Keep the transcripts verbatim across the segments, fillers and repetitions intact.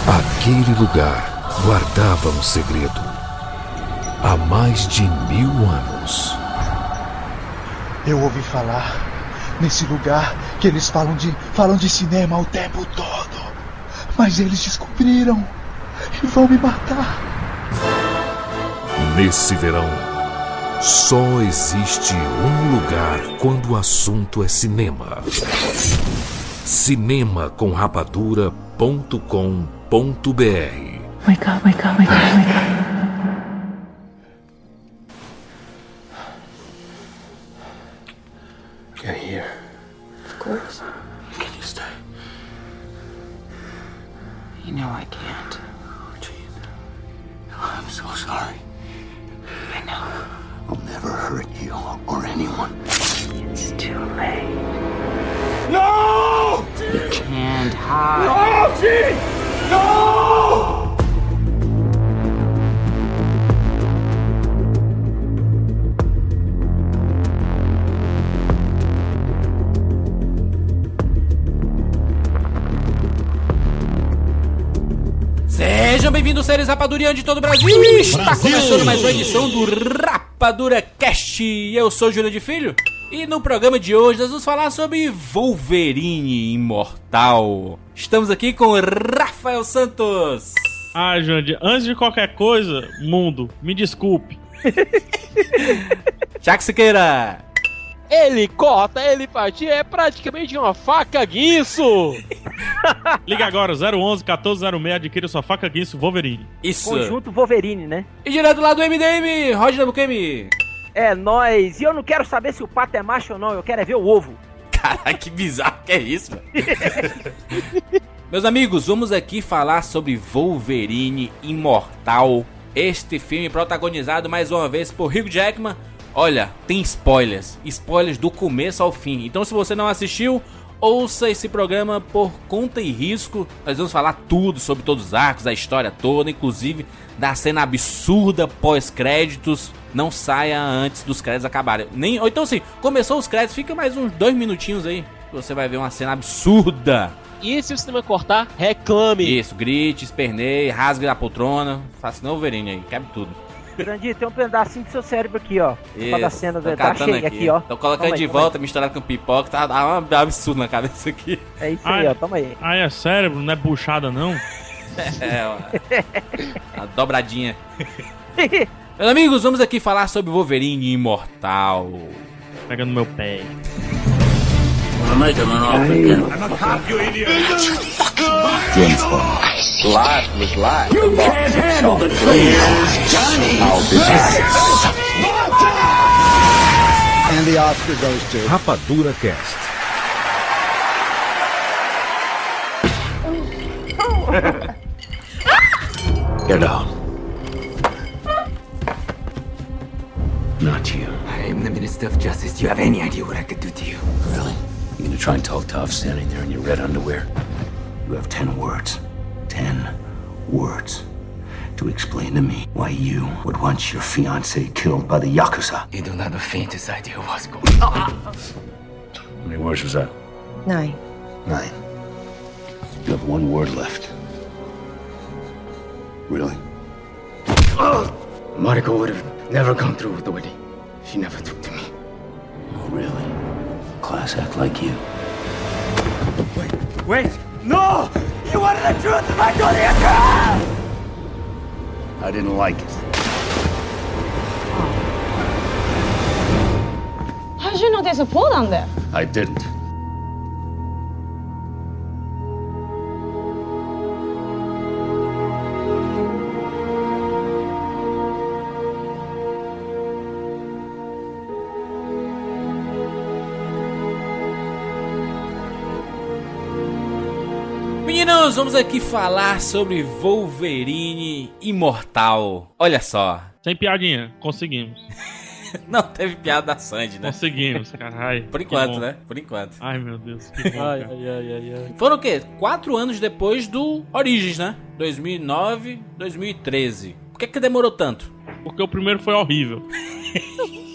Aquele lugar guardava um segredo. Há mais de mil anos. Eu ouvi falar nesse lugar que eles falam de, falam de cinema o tempo todo. Mas eles descobriram e vão me matar. Nesse verão, só existe um lugar quando o assunto é cinema. cinema com rapadura ponto com ponto b r. Wake up, wake up, wake up, wake up. Get here. Of course. Can you stay? You know I can't. Oh, Gene. I'm so sorry. I know. I'll never hurt you or anyone. It's too late. No! You can't hide. No, Gene! No! Sejam bem-vindos, séries Rapadurianos de todo o Brasil. Está Brasil. Começando mais uma edição do Rapadura Cast. Eu sou Júlio de Filho e no programa de hoje nós vamos falar sobre Wolverine Imortal. Estamos aqui com Rafael Santos. Ah, Jandir, antes de qualquer coisa, mundo, me desculpe. Tiago Siqueira. Ele corta, ele partia, é praticamente uma faca guinso. Liga agora, zero onze, quatorze zero seis, adquira sua faca guinso Wolverine. Isso. Conjunto Wolverine, né? E direto lá do M D M, Roger Bukemi. É nóis. E eu não quero saber se o pato é macho ou não, eu quero é ver o ovo. Caralho, que bizarro que é isso, mano. Meus amigos, vamos aqui falar sobre Wolverine Imortal. Este filme protagonizado mais uma vez por Hugh Jackman. Olha, tem spoilers, spoilers do começo ao fim. Então se você não assistiu, ouça esse programa por conta e risco. Nós vamos falar tudo sobre todos os arcos, a história toda, inclusive da cena absurda pós-créditos. Não saia antes dos créditos acabarem. Nem, ou então assim, começou os créditos, fica mais uns dois minutinhos aí, que você vai ver uma cena absurda. E se o cinema cortar, reclame. Isso, grite, esperneie, rasgue a poltrona. Faça não, Wolverine aí, quebre tudo. Grandinho, tem um pedacinho do seu cérebro aqui, ó. Isso, da cena tô do... Tá cheio aqui. aqui, ó. Tô colocando aí, de volta, aí. Misturado com pipoca, tá dá um absurdo na cabeça aqui. É isso ah, aí, ó, toma aí. Ah, é cérebro, não é buchada, não? É, ó. Uma dobradinha. Meus amigos, vamos aqui falar sobre Wolverine Imortal. Pega no meu pé. James Bond. Life was life. You can't handle the truth, Johnny. I'll be back. And the Oscar goes to Rapadura Cast. Get down. Not you. I am the Minister of Justice. Do you have any idea what I could do to you? Really? You gonna try and talk tough standing there in your red underwear? You have ten words. Ten words to explain to me why you would want your fiancée killed by the Yakuza. You don't have the faintest idea what's going on. How many words was that? Nine. Nine. You have one word left. Really? Mariko would have never gone through with the wedding. She never took to me. Oh, really? Class act like you. Wait, wait! No! You wanted the truth if I told you the truth! I didn't like it. How did you know there's a pool down there? I didn't. Meninos, vamos aqui falar sobre Wolverine Imortal. Olha só. Sem piadinha, conseguimos. Não teve piada da Sandy, né? Conseguimos, caralho. Por enquanto, né? Por enquanto. Ai, meu Deus, que bom. Ai, ai, ai, ai, ai. Foram o quê? Quatro anos depois do Origins, né? dois mil e nove, dois mil e treze. Por que que demorou tanto? Porque o primeiro foi horrível.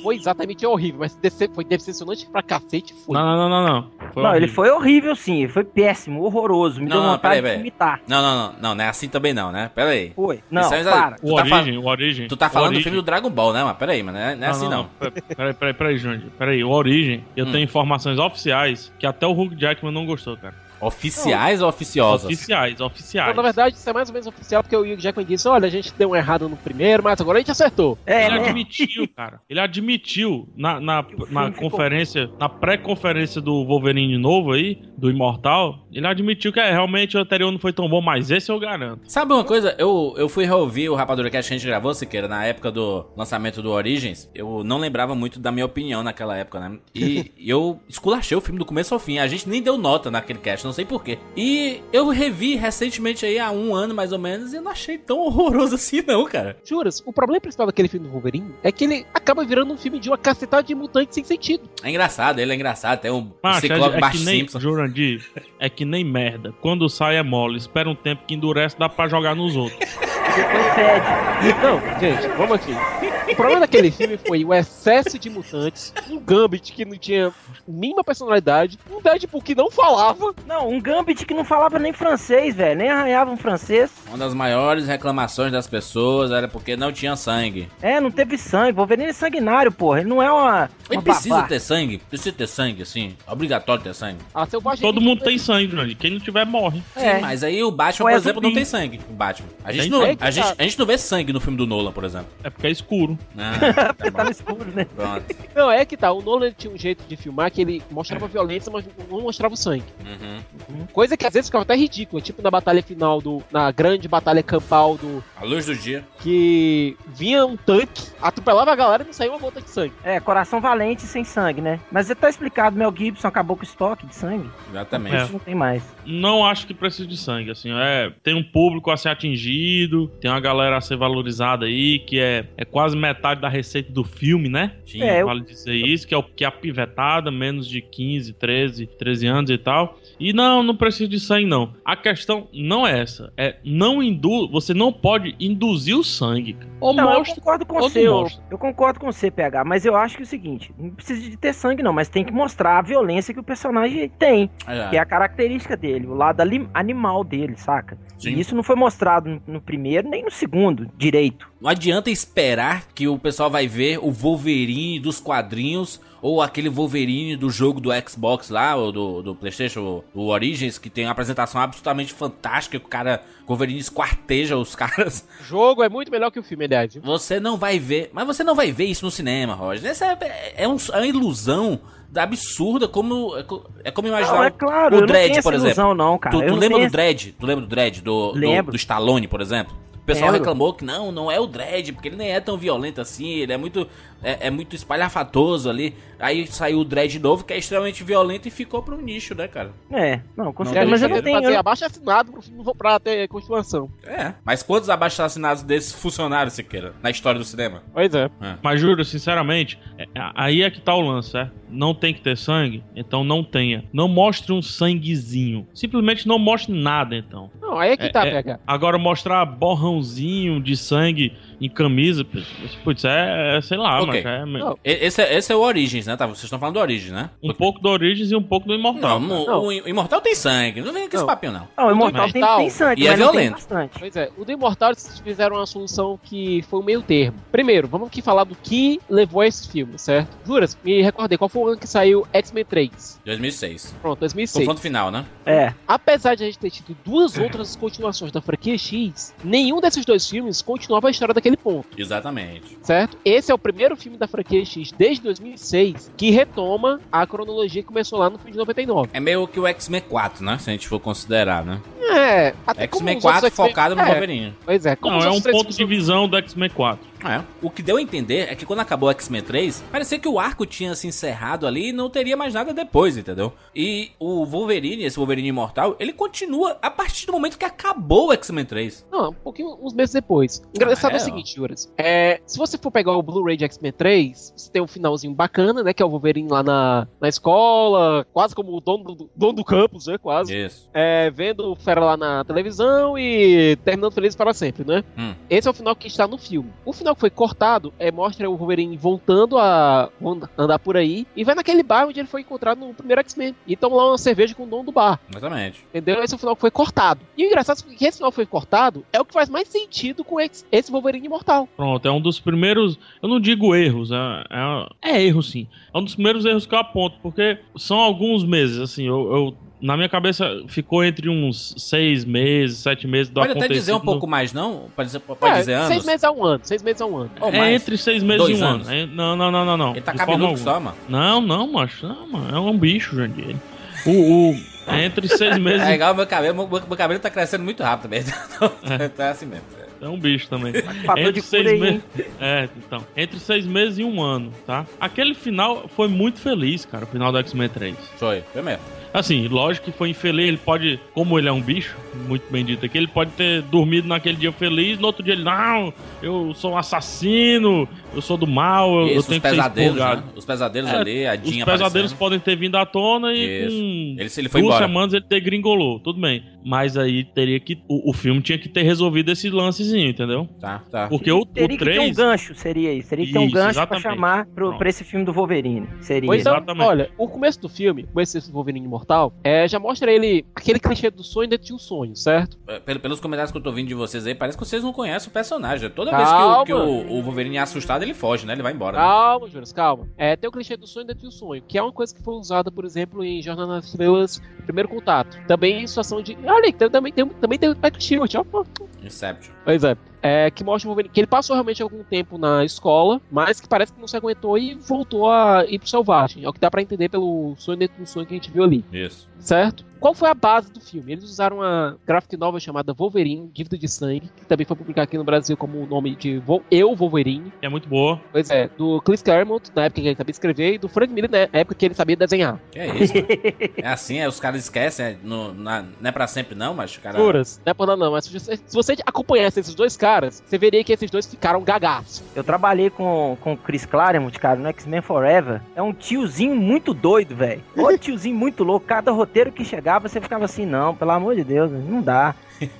foi exatamente horrível, mas dece- foi decepcionante pra cacete, foi. Não, não, não, não. não. Foi não, horrível. ele foi horrível sim, ele foi péssimo, horroroso. Me Não, deu não, vontade peraí, de peraí. imitar. Não, não, não, não, não é assim também não, né? Pera aí. Foi. Não, Isso aí já- para. Tu O tá Origem, fal- o Origem. Tu tá o falando do Origem. filme do Dragon Ball, né? Mas peraí, mas não é, não é assim não. Peraí, peraí, peraí, Júnior. Peraí, o Origem, eu Hum. tenho informações oficiais que até o Hugh Jackman não gostou, cara. Oficiais ou oficiosas? Oficiais, oficiais. Então, na verdade, isso é mais ou menos oficial, porque o Hugh Jackman disse, olha, a gente deu um errado no primeiro, mas agora a gente acertou. É, Ele né? admitiu, cara. Ele admitiu na, na, na filme ficou- conferência, na pré-conferência do Wolverine novo aí, do Imortal, ele admitiu que é, realmente o anterior não foi tão bom, mas esse eu garanto. Sabe uma coisa? Eu, eu fui reouvir o Rapadura Cast que a gente gravou, Siqueira, na época do lançamento do Origins. Eu não lembrava muito da minha opinião naquela época, né? E eu esculachei o filme do começo ao fim. A gente nem deu nota naquele cast, não sei porquê. E eu revi recentemente aí, há um ano mais ou menos, e eu não achei tão horroroso assim não, cara. Juras, o problema principal daquele filme do Wolverine é que ele acaba virando um filme de uma cacetada de mutantes sem sentido. É engraçado, ele é engraçado. Tem um Macho, Ciclope é, é Bart que nem, Simpson. Jurandir, é que nem merda. Quando sai é mole, espera um tempo que endurece, dá pra jogar nos outros. Depois fede. Não, gente, vamos aqui. O problema daquele filme foi o excesso de mutantes, um Gambit que não tinha mínima personalidade, um Deadpool que não falava. Não, um Gambit que não falava nem francês, velho. Nem arranhava um francês. Uma das maiores reclamações das pessoas era porque não tinha sangue. É, não teve sangue. Wolverine é sanguinário, porra. Ele não é uma. Ele uma precisa babá. ter sangue? Precisa ter sangue, assim? É obrigatório ter sangue? A selvagem Todo mundo tem sangue, Jurandir. Quem não tiver, morre. É. Sim, mas aí o Batman, Ou é por exemplo, não zumbi. tem sangue. O Batman. A gente, Tem não, sangue, a, gente, cara. a gente não vê sangue no filme do Nolan, por exemplo. É porque é escuro. Ah, tá Tá bom. no escuro, né? Pronto. Não, é que tá, o Nolan tinha um jeito de filmar que ele mostrava violência, mas não mostrava o sangue. Uhum. Coisa que às vezes ficava até ridícula, tipo na batalha final do. Na grande batalha campal do. A luz do dia. Que vinha um tanque, atropelava a galera e não saía uma gota de sangue. É, coração valente sem sangue, né? Mas tá explicado, Mel Gibson acabou com o estoque de sangue. Exatamente. É. Não tem mais. Não acho que precisa de sangue, assim, é, tem um público a ser atingido, tem uma galera a ser valorizada aí, que é, é quase metade da receita do filme, né? Sim. É, eu- Vale dizer isso, que é o que é a pivetada, menos de quinze, treze, treze anos e tal. E não, não precisa de sangue, não. A questão não é essa, é não indu... você não pode induzir o sangue, cara. Ou Não, eu mostra, concordo com ou você. não Eu, mostra. eu concordo com você, P H, mas eu acho que é o seguinte: não precisa de ter sangue, não, mas tem que mostrar a violência que o personagem tem, É. que é a característica dele, o lado ali- animal dele, saca? Sim. E isso não foi mostrado no, no primeiro nem no segundo direito. Não adianta esperar que o pessoal vai ver o Wolverine dos quadrinhos ou aquele Wolverine do jogo do Xbox lá, ou do, do PlayStation, o Origins, que tem uma apresentação absolutamente fantástica, que o cara, o Wolverine esquarteja os caras. O jogo é muito melhor que o filme, aliás. viu? Você não vai ver, mas você não vai ver isso no cinema, Roger. Essa é, é, um- é uma ilusão da absurda, como é co- é como imaginar Não, é claro, eu o não Dredd, tenho por essa exemplo. ilusão, não, cara. Tu, Eu tu não lembra tenho do Dredd? Tu lembra do Dredd do, do, Lembro. do Stallone, por exemplo? O pessoal Lembro. reclamou que não, não é o Dredd, porque ele nem é tão violento assim, ele é muito é, é muito espalhafatoso ali. Aí saiu o Dredd novo, que é extremamente violento e ficou pro nicho, né, cara? É, não, com Não, certeza, E a mas gente eu não tá querendo tenho. fazer eu- abaixo assinado pro filme pra ter continuação. É. Mas quantos abaixo-assinados desses funcionaram, Siqueira, na história do cinema? Pois é. Mas juro, sinceramente, é- aí é que tá o lance, é? Não tem que ter sangue, então não tenha. Não mostre um sanguezinho. Simplesmente não mostre nada, então. Não, aí é que É- tá, é- P H. Agora mostrar borrãozinho de sangue em camisa, putz, é, é sei lá, Ok. mas é Não. E- Esse é, esse é o Origins, né? Tá? Vocês estão falando do Origins, né? um pouco do Origins e um pouco do Imortal. Não, cara. o, o Imortal tem sangue. Não vem com esse Não. papinho, não. Não, o Imortal tem, Imortal. tem sangue, E é mas não tem violento. bastante. Pois é, o do Imortal eles fizeram uma solução que foi o meio termo. Primeiro, vamos aqui falar do que levou a esse filme, certo? Juras, me recordei, qual foi o ano que saiu X-Men três? dois mil e seis. Pronto, dois mil e seis. Confronto final, né? É, Apesar de a gente ter tido duas outras continuações da franquia X, nenhum desses dois filmes continuava a história daquele ponto, Exatamente. certo? Esse é o primeiro filme da franquia X desde dois mil e seis que retoma a cronologia que começou lá no fim de noventa e nove. É meio que o X-Men quatro, né? Se a gente for considerar, né? É, até como X-Men os outros quatro X-Men- focado no é, Wolverine. Pois é, como Não, os é um outros três ponto de filmes- visão do X-Men quatro. É. O que deu a entender é que quando acabou o X-Men três, parecia que o arco tinha se encerrado ali e não teria mais nada depois, entendeu? E o Wolverine, esse Wolverine imortal, ele continua a partir do momento que acabou o X-Men três. Não, um pouquinho, uns meses depois. Engraçado Ah, é é, o seguinte, Juras. É, se você for pegar o Blu-ray de X-Men três, você tem um finalzinho bacana, né? Que é o Wolverine lá na, na escola, quase como o dono do, dono do campus, né? Quase. Isso. É, vendo o Fera lá na televisão e terminando feliz para sempre, né? Hum. Esse é o final que está no filme. O final final que foi cortado, é, mostra o Wolverine voltando a andar por aí e vai naquele bar onde ele foi encontrado no primeiro X-Men. E toma lá uma cerveja com o dono do bar. Exatamente. Entendeu? Esse é o final que foi cortado. E o engraçado é que esse final que foi cortado é o que faz mais sentido com esse Wolverine imortal. Pronto, é um dos primeiros... Eu não digo erros, é, é, é erro sim. É um dos primeiros erros que eu aponto, porque são alguns meses, assim, eu... eu na minha cabeça ficou entre uns seis meses, sete meses do Pode até acontecido dizer um pouco no... mais, não? Pode dizer, pode é, dizer anos? Seis meses a um ano. Seis meses a um ano. Oh, é mais. entre seis meses Dois e um anos. ano. É, não, não, não, não, não. Ele tá De cabeludo forma só, mano. Não, não, macho. Não, mano. É um bicho, Jandir. O, o... É entre seis meses... É igual meu cabelo. Meu, meu cabelo tá crescendo muito rápido também. É. Tá assim mesmo. É um bicho também. Fator Entre de seis cura aí, meses. É, então. Entre seis meses e um ano, tá? Aquele final foi muito feliz, cara. O final do X-Men três. Foi, foi mesmo. Assim, lógico que foi infeliz. Ele pode, como ele é um bicho, muito bem dito aqui, ele pode ter dormido naquele dia feliz. No outro dia ele, não, eu sou um assassino, eu sou do mal, eu, Isso, eu os tenho que ser pesadelos, expurgado. né? Os pesadelos É, ali, a Os Jean pesadelos aparecendo. podem ter vindo à tona e Isso. com Ele, ele foi duas embora. semanas ele degringolou, tudo bem. Mas aí teria que. O, o filme tinha que ter resolvido esse lancezinho, entendeu? Tá, tá. Porque o, Teria o que ter um três. gancho, seria isso. Teria que ter um Isso, gancho exatamente. pra chamar pro, Pronto. pra esse filme do Wolverine. Seria. Pois então, Exatamente. olha, o começo do filme, com esse Wolverine imortal, é, já mostra ele, aquele clichê do sonho dentro de um sonho, certo? Pel- Pelos comentários que eu tô ouvindo de vocês aí, parece que vocês não conhecem o personagem. Toda Calma. vez que, o, que o, o Wolverine é assustado, ele foge, né? Ele vai embora. Né? Calma, Juras, calma. É, tem o clichê do sonho dentro de um sonho, que é uma coisa que foi usada, por exemplo, em Jornada nas Estrelas, Primeiro Contato. Também em situação de... Olha, tem- também tem, também tem o Patrick Stewart, ó. Inception. Pois é. É, que mostra o Wolverine, que ele passou realmente algum tempo na escola, mas que parece que não se aguentou e voltou a ir pro selvagem. É o que dá pra entender pelo sonho dentro do sonho que a gente viu ali. Isso. Certo? Qual foi a base do filme? Eles usaram uma graphic novel chamada Wolverine, Dívida de Sangue, que também foi publicada aqui no Brasil como o nome de Vo- Eu, Wolverine. É muito boa. Pois é, do Cliff Claremont, na época que ele sabia escrever, e do Frank Miller, na época que ele sabia desenhar. Que é isso, mano? É assim, é, os caras esquecem, é, no, na- não é pra sempre não, mas o cara... Juras, não é por nada não, mas se você, se você acompanhasse esses dois caras, você veria que esses dois ficaram gagaços. Eu trabalhei com, com o Chris Claremont, cara, no X-Men Forever. É um tiozinho muito doido, velho. Ô tiozinho muito louco. Cada roteiro que chegava, você ficava assim, não, pelo amor de Deus, não dá.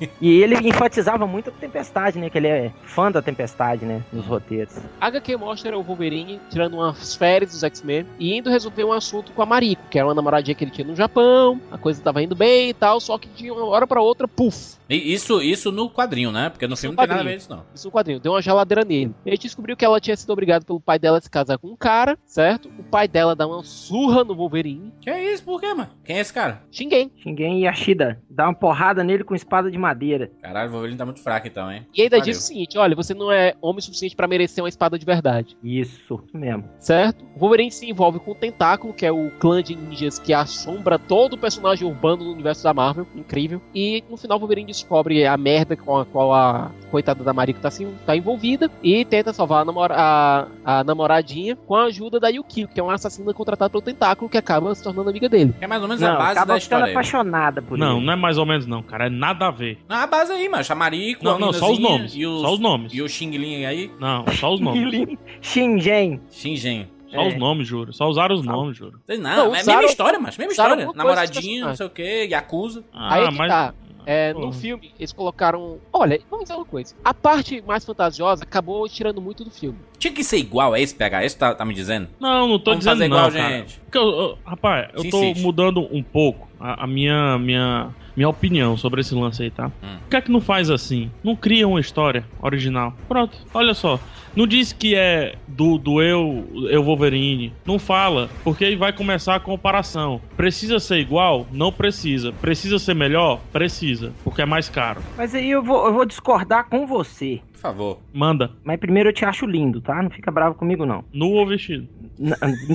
E ele enfatizava muito a Tempestade, né? Que ele é fã da Tempestade, né? Nos roteiros. A H Q mostra o Wolverine tirando umas férias dos X-Men e indo resolver um assunto com a Mariko, que era uma namoradinha que ele tinha no Japão, a coisa tava indo bem e tal, só que de uma hora pra outra, puf! E isso, isso no quadrinho, né? Porque no Isso filme no não tem nada a quadrinho. ver isso, não. Isso no quadrinho, deu uma geladeira nele. E a gente descobriu que ela tinha sido obrigada pelo pai dela a se casar com um cara, certo? O pai dela dá uma surra no Wolverine. Que é isso? Por quê, mano? Quem é esse cara? Shingen. Shingen Yashida dá uma porrada nele com espada de madeira. Caralho, o Wolverine tá muito fraco então, hein? E ainda Valeu. diz o seguinte, olha, você não é homem suficiente pra merecer uma espada de verdade. Isso, isso mesmo. Certo? O Wolverine se envolve com o Tentáculo, que é o clã de ninjas que assombra todo o personagem urbano do universo da Marvel. Incrível. E no final o Wolverine descobre a merda com a qual a coitada da Mariko tá, assim, tá envolvida e tenta salvar a, namora a, a namoradinha com a ajuda da Yukio, que é uma assassina contratada pelo Tentáculo que acaba se tornando amiga dele. É mais ou menos Não, a base acaba da ficando história aí. apaixonada por Não, ele. não é mais ou menos não, cara. É nada a ver. Não, a base aí, mano. A Mariko, Não, a não, só os minazinha nomes. E os, Só os nomes. E o Xing Lin aí. Não, só os nomes. Shingen. Shingen. Só É. os nomes, juro. Só usaram os nomes, juro. Não, Não, é a usaram- mesma história, mas mesma usaram história. alguma coisa Namoradinho, não sei o que, Yakuza. Ah, Aí é que mas... tá. É, Pô. no filme, eles colocaram... Olha, vamos dizer uma coisa. A parte mais fantasiosa acabou tirando muito do filme. Tinha que ser igual a esse P H S, tá, tá me dizendo? Não, não tô Vamos dizendo fazer não, igual, cara. gente. Porque eu, eu- rapaz, eu Sim, tô sim. mudando um pouco a, a minha, minha, minha opinião sobre esse lance aí, tá? Hum. Por que é que não faz assim? Não cria uma história original. Pronto, olha só. Não diz que é do, do eu, eu Wolverine. Não fala, porque aí vai começar a comparação. Precisa ser igual? Não precisa. Precisa ser melhor? Precisa, porque é mais caro. Mas aí eu vou, eu vou discordar com você. Por favor. Manda. Mas primeiro eu te acho lindo, tá? Não fica bravo comigo, não. Nu ou vestido? N-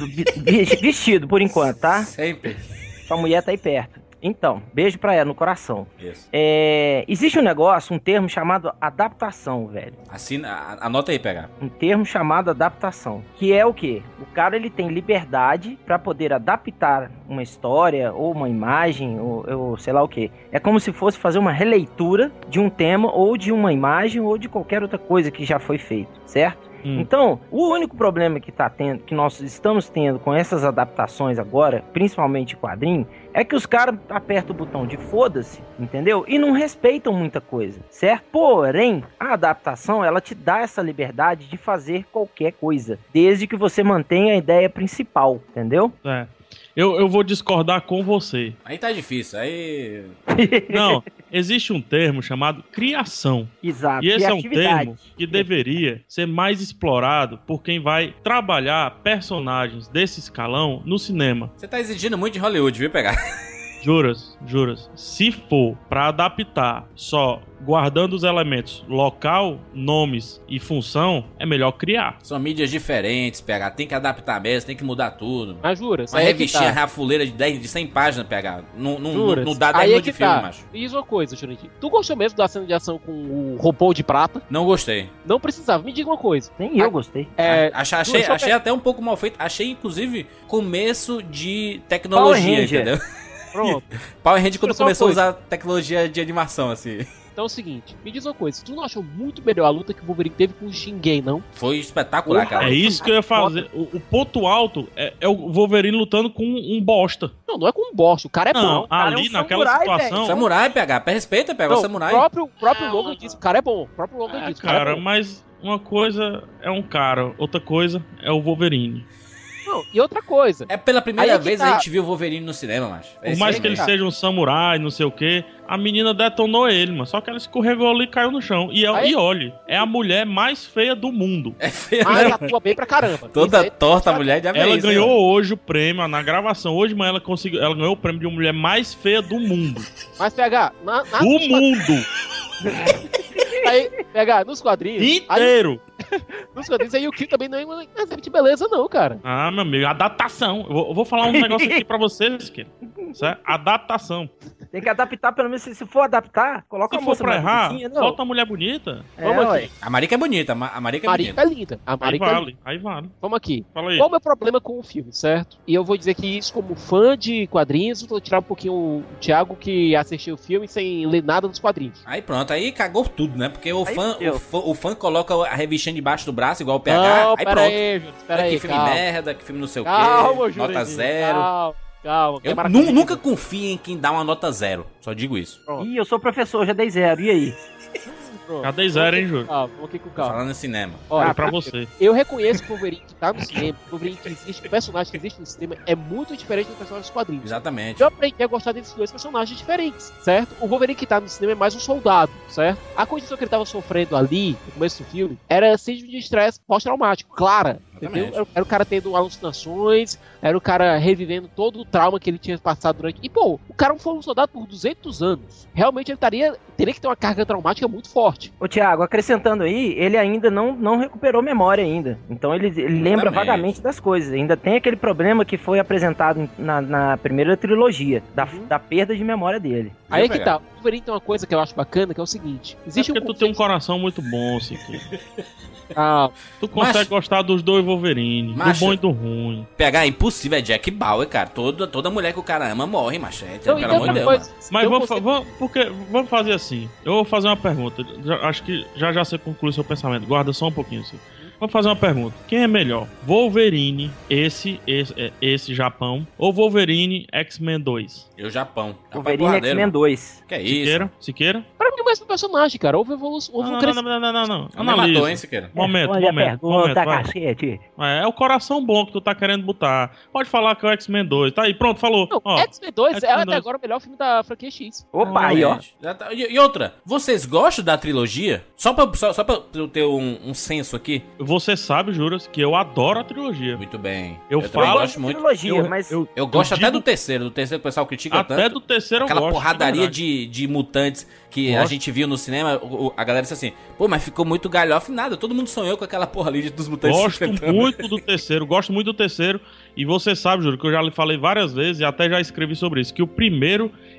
vi- Vestido, por enquanto, tá? Sempre. Sua mulher tá aí perto. Então, beijo pra ela no coração. Isso. É, existe um negócio, um termo chamado adaptação, velho. Assina, a- anota aí, P H. Um termo chamado adaptação. Que é o quê? O cara, ele tem liberdade pra poder adaptar uma história, ou uma imagem, ou, ou sei lá o quê. É como se fosse fazer uma releitura de um tema, ou de uma imagem, ou de qualquer outra coisa que já foi feito, certo? Hum. Então, o único problema que, tá tendo, que nós estamos tendo com essas adaptações agora, principalmente quadrinho, é que os caras apertam o botão de foda-se, entendeu? E não respeitam muita coisa, certo? Porém, a adaptação, ela te dá essa liberdade de fazer qualquer coisa, desde que você mantenha a ideia principal, entendeu? É. Eu, eu vou discordar com você. Aí tá difícil, aí... Não, existe um termo chamado criação. Exato. E esse é um termo que deveria ser mais explorado por quem vai trabalhar personagens desse escalão no cinema. Você tá exigindo muito de Hollywood, viu, pegar? Juras, juras. Se for pra adaptar só guardando os elementos local, nomes e função, é melhor criar. São mídias diferentes, P H. Tem que adaptar mesmo, tem que mudar tudo. Mas juras. Uma revistinha tá. rafuleira de, dez, de cem páginas, P H. Não, não, não, não dá dez minutos de filme, tá. macho. E diz uma coisa, Jurandir. Tu gostou mesmo da cena de ação com o robô de prata? Não gostei. Não precisava. Me diga uma coisa. Nem eu gostei. É, achei achei, Juras, achei pe... até um pouco mal feito. Achei, inclusive, começo de tecnologia, entendeu? Pronto. Power Ranger quando começou a coisa. usar tecnologia de animação, assim. Então é o seguinte, me diz uma coisa, tu não achou muito melhor a luta que o Wolverine teve com o Shingen, não? Foi espetacular, cara. É isso que eu ia fazer. O, o ponto alto é, é o Wolverine lutando com um bosta. Não, não é com um bosta, o cara é não, bom. Ali, é um naquela samurai, situação... Véio. Samurai, P H, respeita, pega o samurai. O próprio, próprio Logan disse, o cara é bom. O próprio Logan é, disse, o cara, cara é bom. Mas uma coisa é um cara, outra coisa é o Wolverine. Não, e outra coisa. É pela primeira vez tá. a gente viu o Wolverine no cinema, macho. É Por mais que ele tá. seja um samurai, não sei o que, a menina detonou ele, mano. Só que ela escorregou ali e caiu no chão. E, aí... e olhe, é a mulher mais feia do mundo. É feia, Mas ela atua bem pra caramba. Toda aí, torta a mulher de Ela vez, ganhou né? hoje o prêmio, na gravação. Hoje, mãe, ela conseguiu. Ela ganhou o prêmio de mulher mais feia do mundo. Mas, P H, na, na... Do mundo! Aí, P H, nos quadrinhos... Inteiro! Aí, nos quadrinhos aí o Kill também não é um exemplo de beleza, não, cara. Ah, meu amigo, adaptação. Eu vou, eu vou falar um negócio aqui pra vocês, que é adaptação. Tem que adaptar, pelo menos, se, se for adaptar, coloca se a moça for pra errar, não. solta a mulher bonita. É, Vamos aqui. A Marika é bonita, a Marika é Marika bonita. é linda. A Marika aí vale, é linda. aí vale. Vamos aqui. Fala aí. Qual é o meu problema com o filme, certo? E eu vou dizer que isso, como fã de quadrinhos, vou tirar um pouquinho o Thiago que assistiu o filme sem ler nada dos quadrinhos. Aí pronto, aí cagou tudo, né? Porque o, Aí fã, eu. o, fã, o fã coloca a revistinha debaixo do braço, igual o P H, Não, aí pera pronto. aí, Júlio, espera aí, que filme calma. merda, que filme não sei o Calma, quê, Júlio, nota zero. Calma, calma. Eu Câmara nu- comigo. nunca confio em quem dá uma nota zero, só digo isso. Pronto. Ih, eu sou professor, já dei zero, e aí? Pronto. Cadê zero, hein, Júlio? Calma, vamos aqui com calma. Falando em cinema. Olha, É pra você. Eu reconheço que o Wolverine que tá no cinema, o Wolverine que existe, o personagem que existe no cinema é muito diferente do personagem dos quadrinhos. Exatamente. Eu aprendi a gostar desses dois personagens diferentes, certo? O Wolverine que tá no cinema é mais um soldado, certo? A condição que ele tava sofrendo ali, no começo do filme, era síndrome de estresse pós-traumático, clara. Entendeu? Era, era o cara tendo alucinações, era o cara revivendo todo o trauma que ele tinha passado durante... E, pô, o cara foi um soldado por duzentos anos. Realmente ele estaria, teria que ter uma carga traumática muito forte. Ô, Thiago, acrescentando aí, ele ainda não, não recuperou memória ainda. Então ele, ele lembra vagamente das coisas. Ainda tem aquele problema que foi apresentado na, na primeira trilogia, da, Uhum. da perda de memória dele. Aí é que tá. O Wolverine tem uma coisa que eu acho bacana, que é o seguinte. Existe é porque um tu tem um coração muito bom, Siqueira. Ah, tu consegue Macho. gostar dos dois Wolverine, Macho. do bom e do ruim. P H é impossível, é Jack Bauer, cara. Toda, toda mulher que o cara ama morre, machete. Não, Pelo então, amor de Deus, coisa- mano. Mas eu vamos, fa- consigo- vamos, porque, vamos fazer assim. Eu vou fazer uma pergunta. Já- acho que já já você conclui seu pensamento. Guarda só um pouquinho, assim. Vamos fazer uma pergunta. Quem é melhor? Wolverine, esse, esse, é, esse Japão, ou Wolverine X-Men dois? E o Japão. Wolverine X-Men dois. Que é isso? Siqueira? Siqueira? Pra mim é o mesmo personagem, cara. Houve evolução. Houve um Não, não, crescimento. não, não, não, não. Não me matou, Analisa. hein, Siqueira? Momento, Olha a momento, pergunta, momento, vai. cacete. É, é o coração bom que tu tá querendo botar. Pode falar que é o X-Men dois. Tá aí, pronto, falou. Não, Ó, X-Men dois é X-Men até dois. agora o melhor filme da franquia X. Opa, aí, ó. Realmente. Já tá- E, e outra, vocês gostam da trilogia? Só pra, só, só pra eu ter um, um senso aqui. Você sabe, Juras, que eu adoro a trilogia. Muito bem. Eu também falo gosto muito. Trilogia, Eu- mas eu- Eu gosto eu até digo- do terceiro. Do terceiro que o pessoal critica Até tanto. do terceiro eu Aquela gosto. porradaria é verdade. de, de mutantes que a Gosto. gente viu no cinema. o- o- a galera disse assim, pô, mas ficou muito galhofa. Nada, todo mundo sonhou com aquela porra ali de- dos mutantes. se Gosto enfrentando. muito do terceiro, gosto muito do terceiro. E você sabe, Júlio, que eu já lhe falei várias vezes e até já escrevi sobre isso, que o primeiro,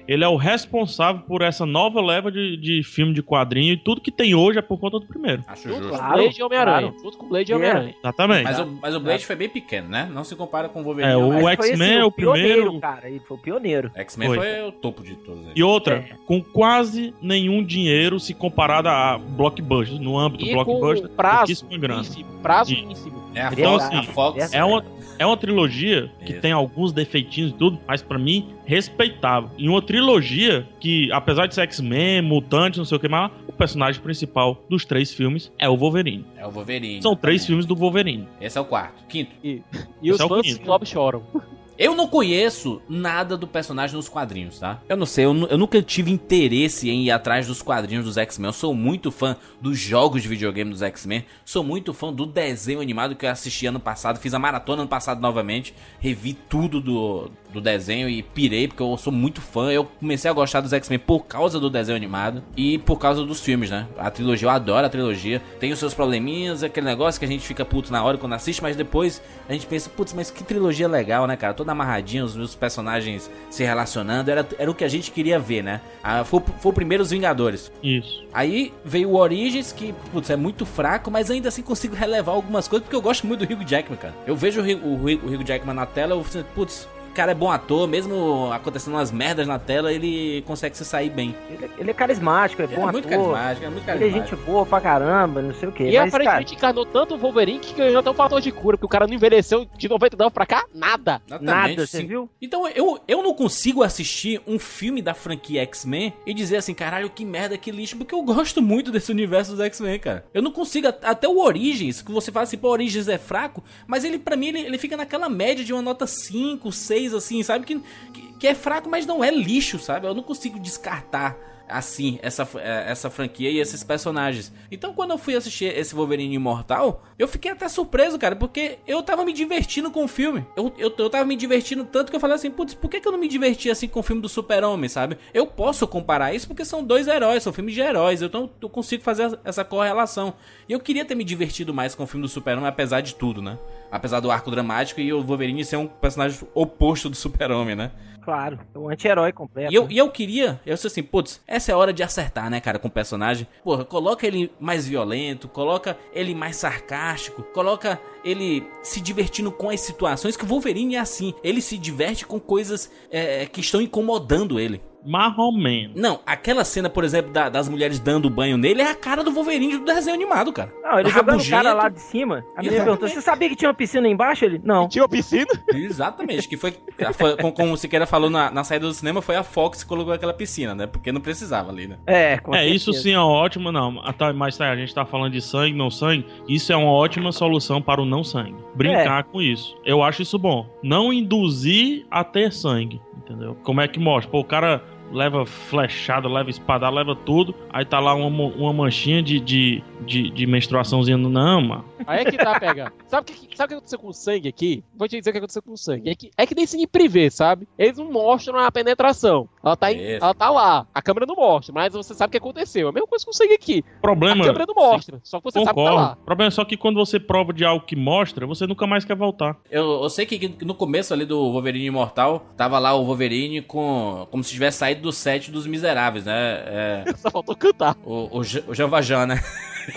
ele é o responsável por essa nova leva de, de filme de quadrinho e tudo que tem hoje é por conta do primeiro. Acho Junto justo. com Blade e Homem-Aranha. Junto com Blade e Homem-Aranha. Exatamente. Mas o, mas o Blade foi bem pequeno, né? Não se compara com o Wolverine. É, o Mas foi, X-Men assim, é o pioneiro, primeiro. cara. Ele foi o pioneiro. X-Men Foi. foi. o topo de todos eles. E outra, É. com quase nenhum dinheiro se comparado a blockbusters, no âmbito E blockbuster, com prazo pouquíssima grana. ínfimo. Prazo Isso. ínfimo. É a Então, Fox, assim, a Fox É uma, é uma trilogia que Isso. tem alguns defeitinhos e tudo, mas pra mim, respeitável. E uma trilogia que, apesar de ser X-Men, Mutante, não sei o que mais, o personagem principal dos três filmes é o Wolverine. é o Wolverine. São três também. filmes do Wolverine. Esse é o quarto. Quinto. E Esse os é o fãs quinto. do Ciclope choram. Eu não conheço nada do personagem nos quadrinhos, tá? Eu não sei, eu, nu- eu nunca tive interesse em ir atrás dos quadrinhos dos X-Men. Eu sou muito fã dos jogos de videogame dos X-Men. Sou muito fã do desenho animado que eu assisti ano passado. Fiz a maratona ano passado novamente. Revi tudo do, do desenho e pirei, porque eu sou muito fã. Eu comecei a gostar dos X-Men por causa do desenho animado e por causa dos filmes, né? A trilogia, eu adoro a trilogia. Tem os seus probleminhas, aquele negócio que a gente fica puto na hora quando assiste, mas depois a gente pensa, putz, mas que trilogia legal, né, cara? Toda amarradinha, os meus personagens se relacionando. Era, era o que a gente queria ver, né? Ah, foi, foi o primeiro Os Vingadores. Isso. Aí veio o Origins, que, putz, é muito fraco, mas ainda assim consigo relevar algumas coisas, porque eu gosto muito do Hugh Jackman, cara. Eu vejo o, Hugh- o, Hugh- o Hugh Jackman na tela, eu fico, putz, o cara é bom ator, mesmo acontecendo umas merdas na tela, ele consegue se sair bem. Ele, ele é carismático, é Ele bom é muito ator. carismático, é muito Ele é carismático. gente boa pra caramba, não sei o quê. E Mas, cara, aparentemente encarnou tanto o Wolverine que ganhou até um fator de cura, porque o cara não envelheceu de noventa e nove pra cá, nada. Exatamente, nada, você sim. viu? Então eu, eu não consigo assistir um filme da franquia X-Men e dizer assim, caralho, que merda, que lixo, porque eu gosto muito desse universo dos X-Men, cara. Eu não consigo, at- até o Origins, que você fala assim, pô, Origins é fraco, mas ele, pra mim, ele, ele fica naquela média de uma nota cinco, seis, assim, sabe? Que, que, que é fraco, mas não é lixo, sabe? Eu não consigo descartar assim, essa, essa franquia e esses personagens. Então, quando eu fui assistir esse Wolverine Imortal, eu fiquei até surpreso, cara, porque eu tava me divertindo com o filme. Eu, eu, eu tava me divertindo tanto que eu falei assim, putz, por que, que eu não me diverti assim com o filme do Super-Homem, sabe? Eu posso comparar isso porque são dois heróis, são filmes de heróis, então eu consigo fazer essa correlação. E eu queria ter me divertido mais com o filme do Super-Homem, apesar de tudo, né? Apesar do arco dramático e o Wolverine ser um personagem oposto do Super-Homem, né? Claro, é um anti-herói completo. E eu, e eu queria, eu disse assim, putz, essa é a hora de acertar, né, cara, com o personagem. Porra, coloca ele mais violento, coloca ele mais sarcástico, coloca ele se divertindo com as situações, que o Wolverine é assim, ele se diverte com coisas é, que estão incomodando ele. Marromeno. Não, aquela cena, por exemplo, da- das mulheres dando banho nele é a cara do Wolverine do desenho animado, cara. Não, ele jogando o Rabugento. cara lá de cima. A menina Exatamente. perguntou, você sabia que tinha uma piscina aí embaixo? Ele, não. Tinha uma piscina? Exatamente, que foi, foi como, como o Siqueira falou na, na saída do cinema, foi a Fox que colocou aquela piscina, né? Porque não precisava ali, né? É, com É, certeza. isso sim é ótimo, não. Ah, tá, mas tá, a gente tá falando de sangue, não sangue. Isso é uma ótima solução para o não sangue. Brincar com isso. Eu acho isso bom. Não induzir a ter sangue, entendeu? Como é que mostra? Pô, o cara leva flechada, leva espada, leva tudo. Aí tá lá uma, mo- uma manchinha de, de, de, de menstruaçãozinha. Não, mano. Aí é que tá, pega. Sabe o que, sabe o que aconteceu com o sangue aqui? Vou te dizer o que aconteceu com o sangue. É que, é que nem cine privê, sabe? Eles não mostram a penetração. Ela tá, em- Isso. ela tá lá. A câmera não mostra, mas você sabe o que aconteceu. É a mesma coisa com o sangue aqui. Problema. A câmera não mostra. Só que você sabe que tá Concordo. lá. O problema é só que quando você prova de algo que mostra, você nunca mais quer voltar. Eu, eu sei que que no começo ali do Wolverine Imortal, tava lá o Wolverine com como se tivesse saído do set dos Miseráveis, né? É, Só faltou cantar. o, o, Ja- o Jean Valjean, né?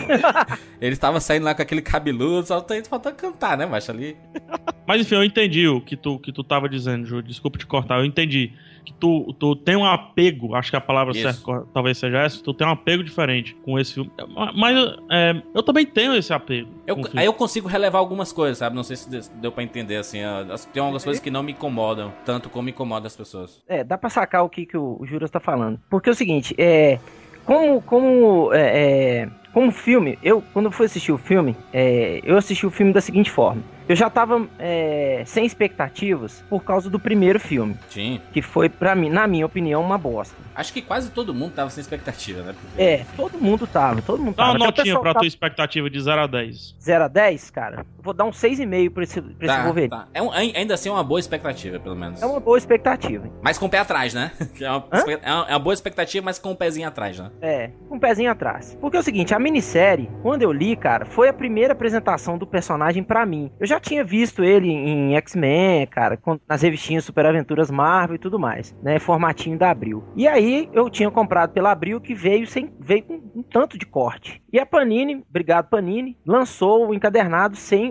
Ele estava saindo lá com aquele cabeludo, só tá- faltou cantar, né, macho, ali. Mas enfim, eu entendi o que tu, que tu tava dizendo, Ju. Desculpa te cortar. Eu entendi que tu, tu tem um apego, acho que a palavra Isso. certa co- talvez seja essa, tu tem um apego diferente com esse filme. Mas é, eu também tenho esse apego. Eu- com o filme. aí eu consigo relevar algumas coisas, sabe? Não sei se de- deu pra entender, assim. ó, Tem algumas coisas que não me incomodam, tanto como incomodam as pessoas. É, dá pra sacar o que, que o, o Juras tá falando. Porque é o seguinte, é. Como. Como. É, é, como filme, eu, quando eu fui assistir o filme, é, eu assisti o filme da seguinte forma. Eu já tava é, sem expectativas por causa do primeiro filme. Sim. Que foi, pra mim, na minha opinião, uma bosta. Acho que quase todo mundo tava sem expectativa, né? Porque- É, todo mundo tava, todo mundo Dá tava. uma Até o notinha pessoal pra tava tua expectativa de zero a dez. zero a dez, cara, eu vou dar um seis vírgula cinco pra esse, pra esse Tá, Wolverine. tá. É um- ainda assim é uma boa expectativa, pelo menos. É uma boa expectativa. hein? Mas com o pé atrás, né? É uma, Hã? é uma- é uma boa expectativa, mas com o pezinho atrás, né? É, com um pezinho atrás. Porque é o seguinte, a minissérie, quando eu li, cara, foi a primeira apresentação do personagem pra mim. Eu já já tinha visto ele em X-Men, cara, com- nas revistinhas Super Aventuras Marvel e tudo mais, né? Formatinho da Abril. E aí eu tinha comprado pela Abril, que veio, sem, veio com um tanto de corte. E a Panini, obrigado Panini, lançou o encadernado sem,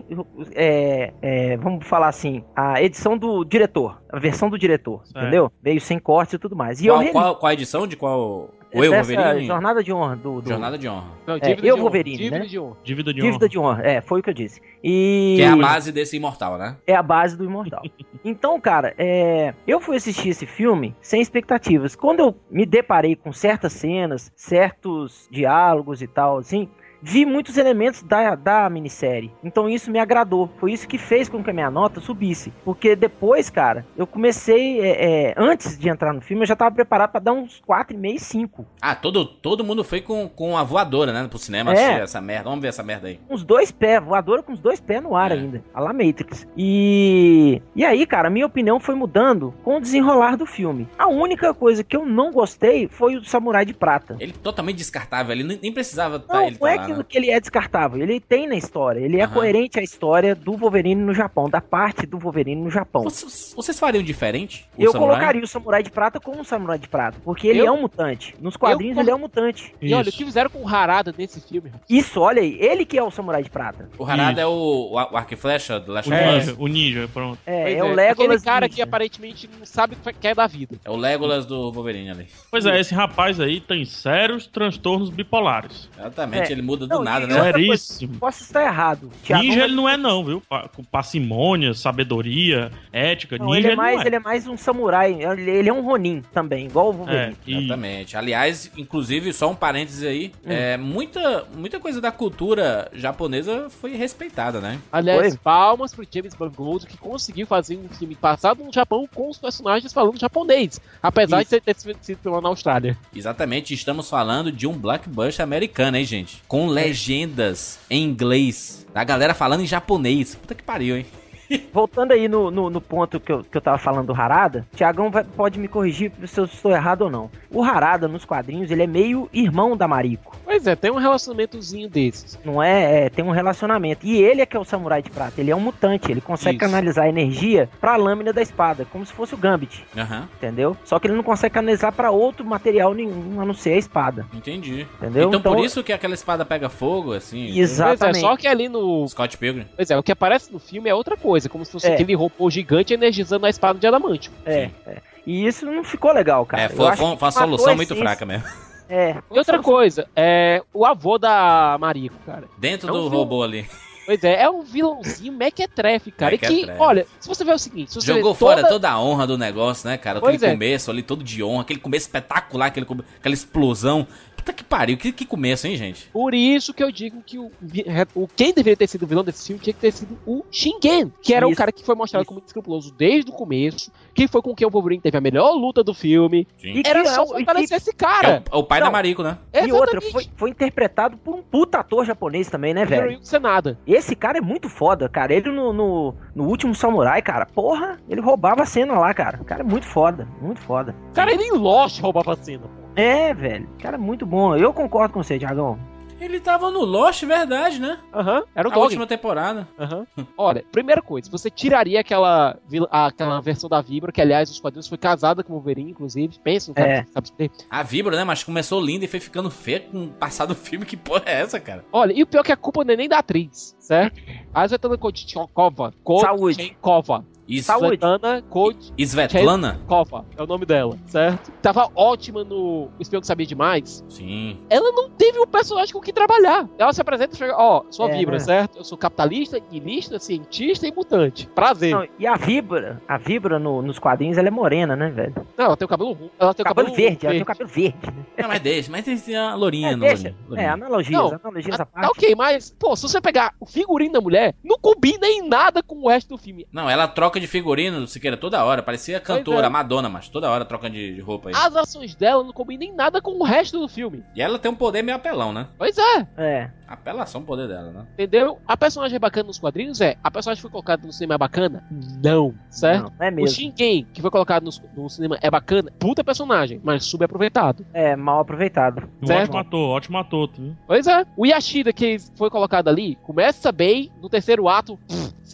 é, é, vamos falar assim, a edição do diretor, a versão do diretor, Certo. entendeu? Veio sem cortes e tudo mais. E Qual, eu reli qual, qual a edição de qual? O Eu dessa Wolverine? Jornada de Honra do, do Jornada de Honra. Não, É, dívida eu de honra, Wolverine, dívida né? de honra. Dívida de honra. Dívida de Honra, é, foi o que eu disse. E Que é a base desse Imortal, né? é a base do Imortal. Então, cara, é, eu fui assistir esse filme sem expectativas. Quando eu me deparei com certas cenas, certos diálogos e tal, assim, vi muitos elementos da, da minissérie. Então isso me agradou. Foi isso que fez com que a minha nota subisse. Porque depois, cara, eu comecei... é, é, antes de entrar no filme, eu já tava preparado pra dar uns quatro e meio, cinco. Ah, todo, todo mundo foi com, com a voadora, né? Pro cinema É. assistir essa merda. Vamos ver essa merda aí. Uns dois pés, voadora com os dois pés no ar É. ainda. A la Matrix. E... E aí, cara, minha opinião foi mudando com o desenrolar do filme. A única coisa que eu não gostei foi o Samurai de Prata. Ele totalmente descartável. Ele nem nem precisava tá, Não, ele não tá é lá, aquilo né? que ele é descartável. Ele tem na história. Ele é Aham. coerente à história do Wolverine no Japão, da parte do Wolverine no Japão. Vocês, vocês fariam diferente? o Eu Samurai? colocaria o Samurai de Prata como um Samurai de Prata, porque ele Eu- é um mutante. Nos quadrinhos Eu- ele é um mutante. E olha, o Isso. que fizeram com o Harada nesse filme? Isso, olha aí. Ele que é o Samurai de Prata. O Harada Isso. é o, o, ar- o arco e flecha do Last O of É. Us. ninja, o ninja, pronto. É, Pois é, o Legolas. Aquele cara ninja. que aparentemente não sabe o que é da vida. É o Legolas do Wolverine ali. Pois é, esse rapaz aí tem sérios transtornos bipolares. Exatamente, É. ele muda do Não, nada, e né? outra coisa, Seríssimo. Posso estar errado. Thiago, Ninja mas- ele não é não, viu? Pa- Com parcimônia, sabedoria, ética. Não, Ninja ele é ele mais, não é. ele é mais um samurai. Ele, ele é um Ronin também, igual o Wolverine. É, e- Exatamente. Aliás, inclusive, só um parênteses aí, Hum. é, muita, muita coisa da cultura japonesa foi respeitada, né? Aliás, Foi? palmas pro James Mangold que conseguiu fazer um filme passado no Japão com os personagens falando japonês. Apesar Isso. de ter sido sido filmado na Austrália. Exatamente, estamos falando de um blockbuster americano, hein, gente? Com legendas em inglês. A galera falando em japonês. Puta que pariu, hein? Voltando aí no, no, no ponto que eu, que eu tava falando do Harada, Thiagão vai- pode me corrigir se eu estou errado ou não. O Harada, nos quadrinhos, ele é meio irmão da Mariko. Pois é, tem um relacionamentozinho desses. Não é, é, tem um relacionamento. E ele é que é o Samurai de Prata. Ele é um mutante. Ele consegue Isso. canalizar a energia pra lâmina da espada, como se fosse o Gambit, Aham, entendeu? Só que ele não consegue canalizar pra outro material nenhum, a não ser a espada, entendi. entendeu? Então, por isso que aquela espada pega fogo, assim. Exatamente. Pois é, só que ali no... Scott Pilgrim. Pois é, o que aparece no filme é outra coisa, como se fosse É. aquele robô gigante energizando a espada de adamantio. É, é. E isso não ficou legal, cara. é, Eu foi, acho foi, que foi uma matou solução a muito essência. fraca mesmo. É. E outra coisa, é o avô da Mariko, cara. Dentro É um do filme. robô ali. Pois é, é um vilãozinho mequetrefe, cara. E que, Mequetrefe. olha, se você ver o seguinte, se você Jogou ver toda... fora toda a honra do negócio, né, cara? Aquele Pois é. começo ali, todo de honra, aquele começo espetacular, aquele, come- aquela explosão. Puta que pariu, que, que começo, hein, gente? Por isso que eu digo que o, vi- o quem deveria ter sido o vilão desse filme tinha que ter sido o Shingen, que era o Isso. cara que foi mostrado Isso. como escrupuloso desde o começo, que foi com quem o Wolverine teve a melhor luta do filme. Sim. E que Era é só o- e fortalecer que- esse É cara. o, é o pai Não. da Mariko, né? E outra, Exatamente. foi, foi interpretado por um puta ator japonês também, né, velho? Hiroyuki Sanada. Esse cara é muito foda, cara. Ele no, no, no último Samurai, cara, porra, ele roubava a cena lá, cara. O cara é muito foda, muito foda. Cara, ele em Lost roubava a cena, pô. É, velho, o cara é muito bom. Eu concordo com você, Thiagão. Ele tava no Lost, verdade, né? Aham, era o A Dog. última temporada. Aham. Olha, primeira coisa, você tiraria aquela, vil- aquela versão da Vibra, que aliás, os quadrinhos foi casada com o Wolverine, inclusive. Pensa no cara É. que sabe escrever. A Vibra, né? Mas começou linda e foi ficando feia com o passar do filme. Que porra é essa, cara? Olha, e o pior é que a culpa não é nem da atriz, certo? A Svetlana Kodchenkova. Saúde. Kodchenkova. Isso. Saúde. Svetlana Svetlana? Kodchenkova é o nome dela, certo? Tava ótima no O Espião que Sabia Demais. Sim. Ela não teve um personagem com o que trabalhar. Ela se apresenta e chega, ó, sou a É, Vibra, né? certo? Eu sou capitalista, niilista, cientista e mutante. Prazer. Não, e a Vibra, a Vibra no- nos quadrinhos, ela é morena, né, velho? Não, ela tem o cabelo ru- ela tem o Cabelo, cabelo, verde, ela tem o cabelo verde. Né? Não, mas deixa. Mas tem a lourinha, É, no deixa. lourinha, lourinha. É, analogias, Não, analogias à Tá parte. ok, mas, pô, se você pegar o figurino da mulher, não combina em nada com o resto do filme. Não, ela troca de figurino, Siqueira, toda hora. Parecia cantora, Pois é. Madonna, mas toda hora troca de, de roupa aí. As ações dela não combinam em nada com o resto do filme. E ela tem um poder meio apelão, né? Pois é, É. Apelação o poder dela, né? entendeu? A personagem bacana nos quadrinhos é, a personagem foi colocada no cinema é bacana? Não, certo? Não, é O mesmo. Shingen, que foi colocado no, no cinema, é bacana? Puta personagem, mas subaproveitado. É, mal aproveitado. Um Certo. ótimo ator, ótimo ator, tu viu? Pois é. O Yashida, que foi colocado ali, começa bem, no terceiro ato, pff,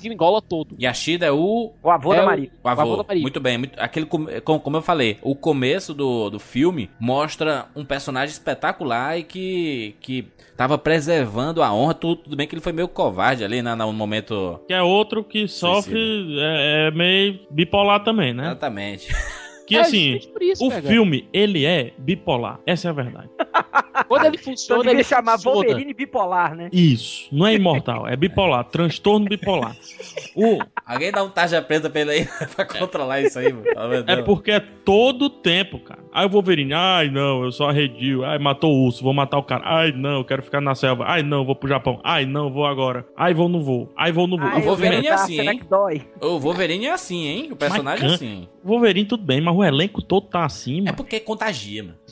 filme engola todo. Yashida é o... O avô É da o- Mariko. O avô. avô da Mariko. Muito bem. Muito... Aquele, com- com- como eu falei, o começo do, do filme mostra um personagem espetacular e que, que tava preservando a honra. Tudo, tudo bem que ele foi meio covarde ali, né, no momento... Que é outro que sofre, é, é meio bipolar também, né? Exatamente. Que É, assim, justamente por isso, o pega. filme, ele é bipolar. Essa é a verdade. Quando ele Então funciona, devia ele chamar funciona. Wolverine bipolar, né? Isso. Não é imortal, é bipolar. Transtorno bipolar. O, Alguém dá um tarja preta pra ele aí pra controlar isso aí, mano. Pelo amor de é Deus. porque é todo tempo, cara. Aí o Wolverine, ai não, eu sou arredio. Ai, matou o urso, vou matar o cara. Ai não, eu quero ficar na selva. Ai não, vou pro Japão. Ai não, vou agora. Ai vou, não vou. Ai vou, não vou. Ai, o Wolverine eu é vou assim, será hein? que dói? O Wolverine é assim, hein? O personagem é can- assim. O Wolverine tudo bem, mas o elenco todo tá assim, É mano. porque contagia, mano.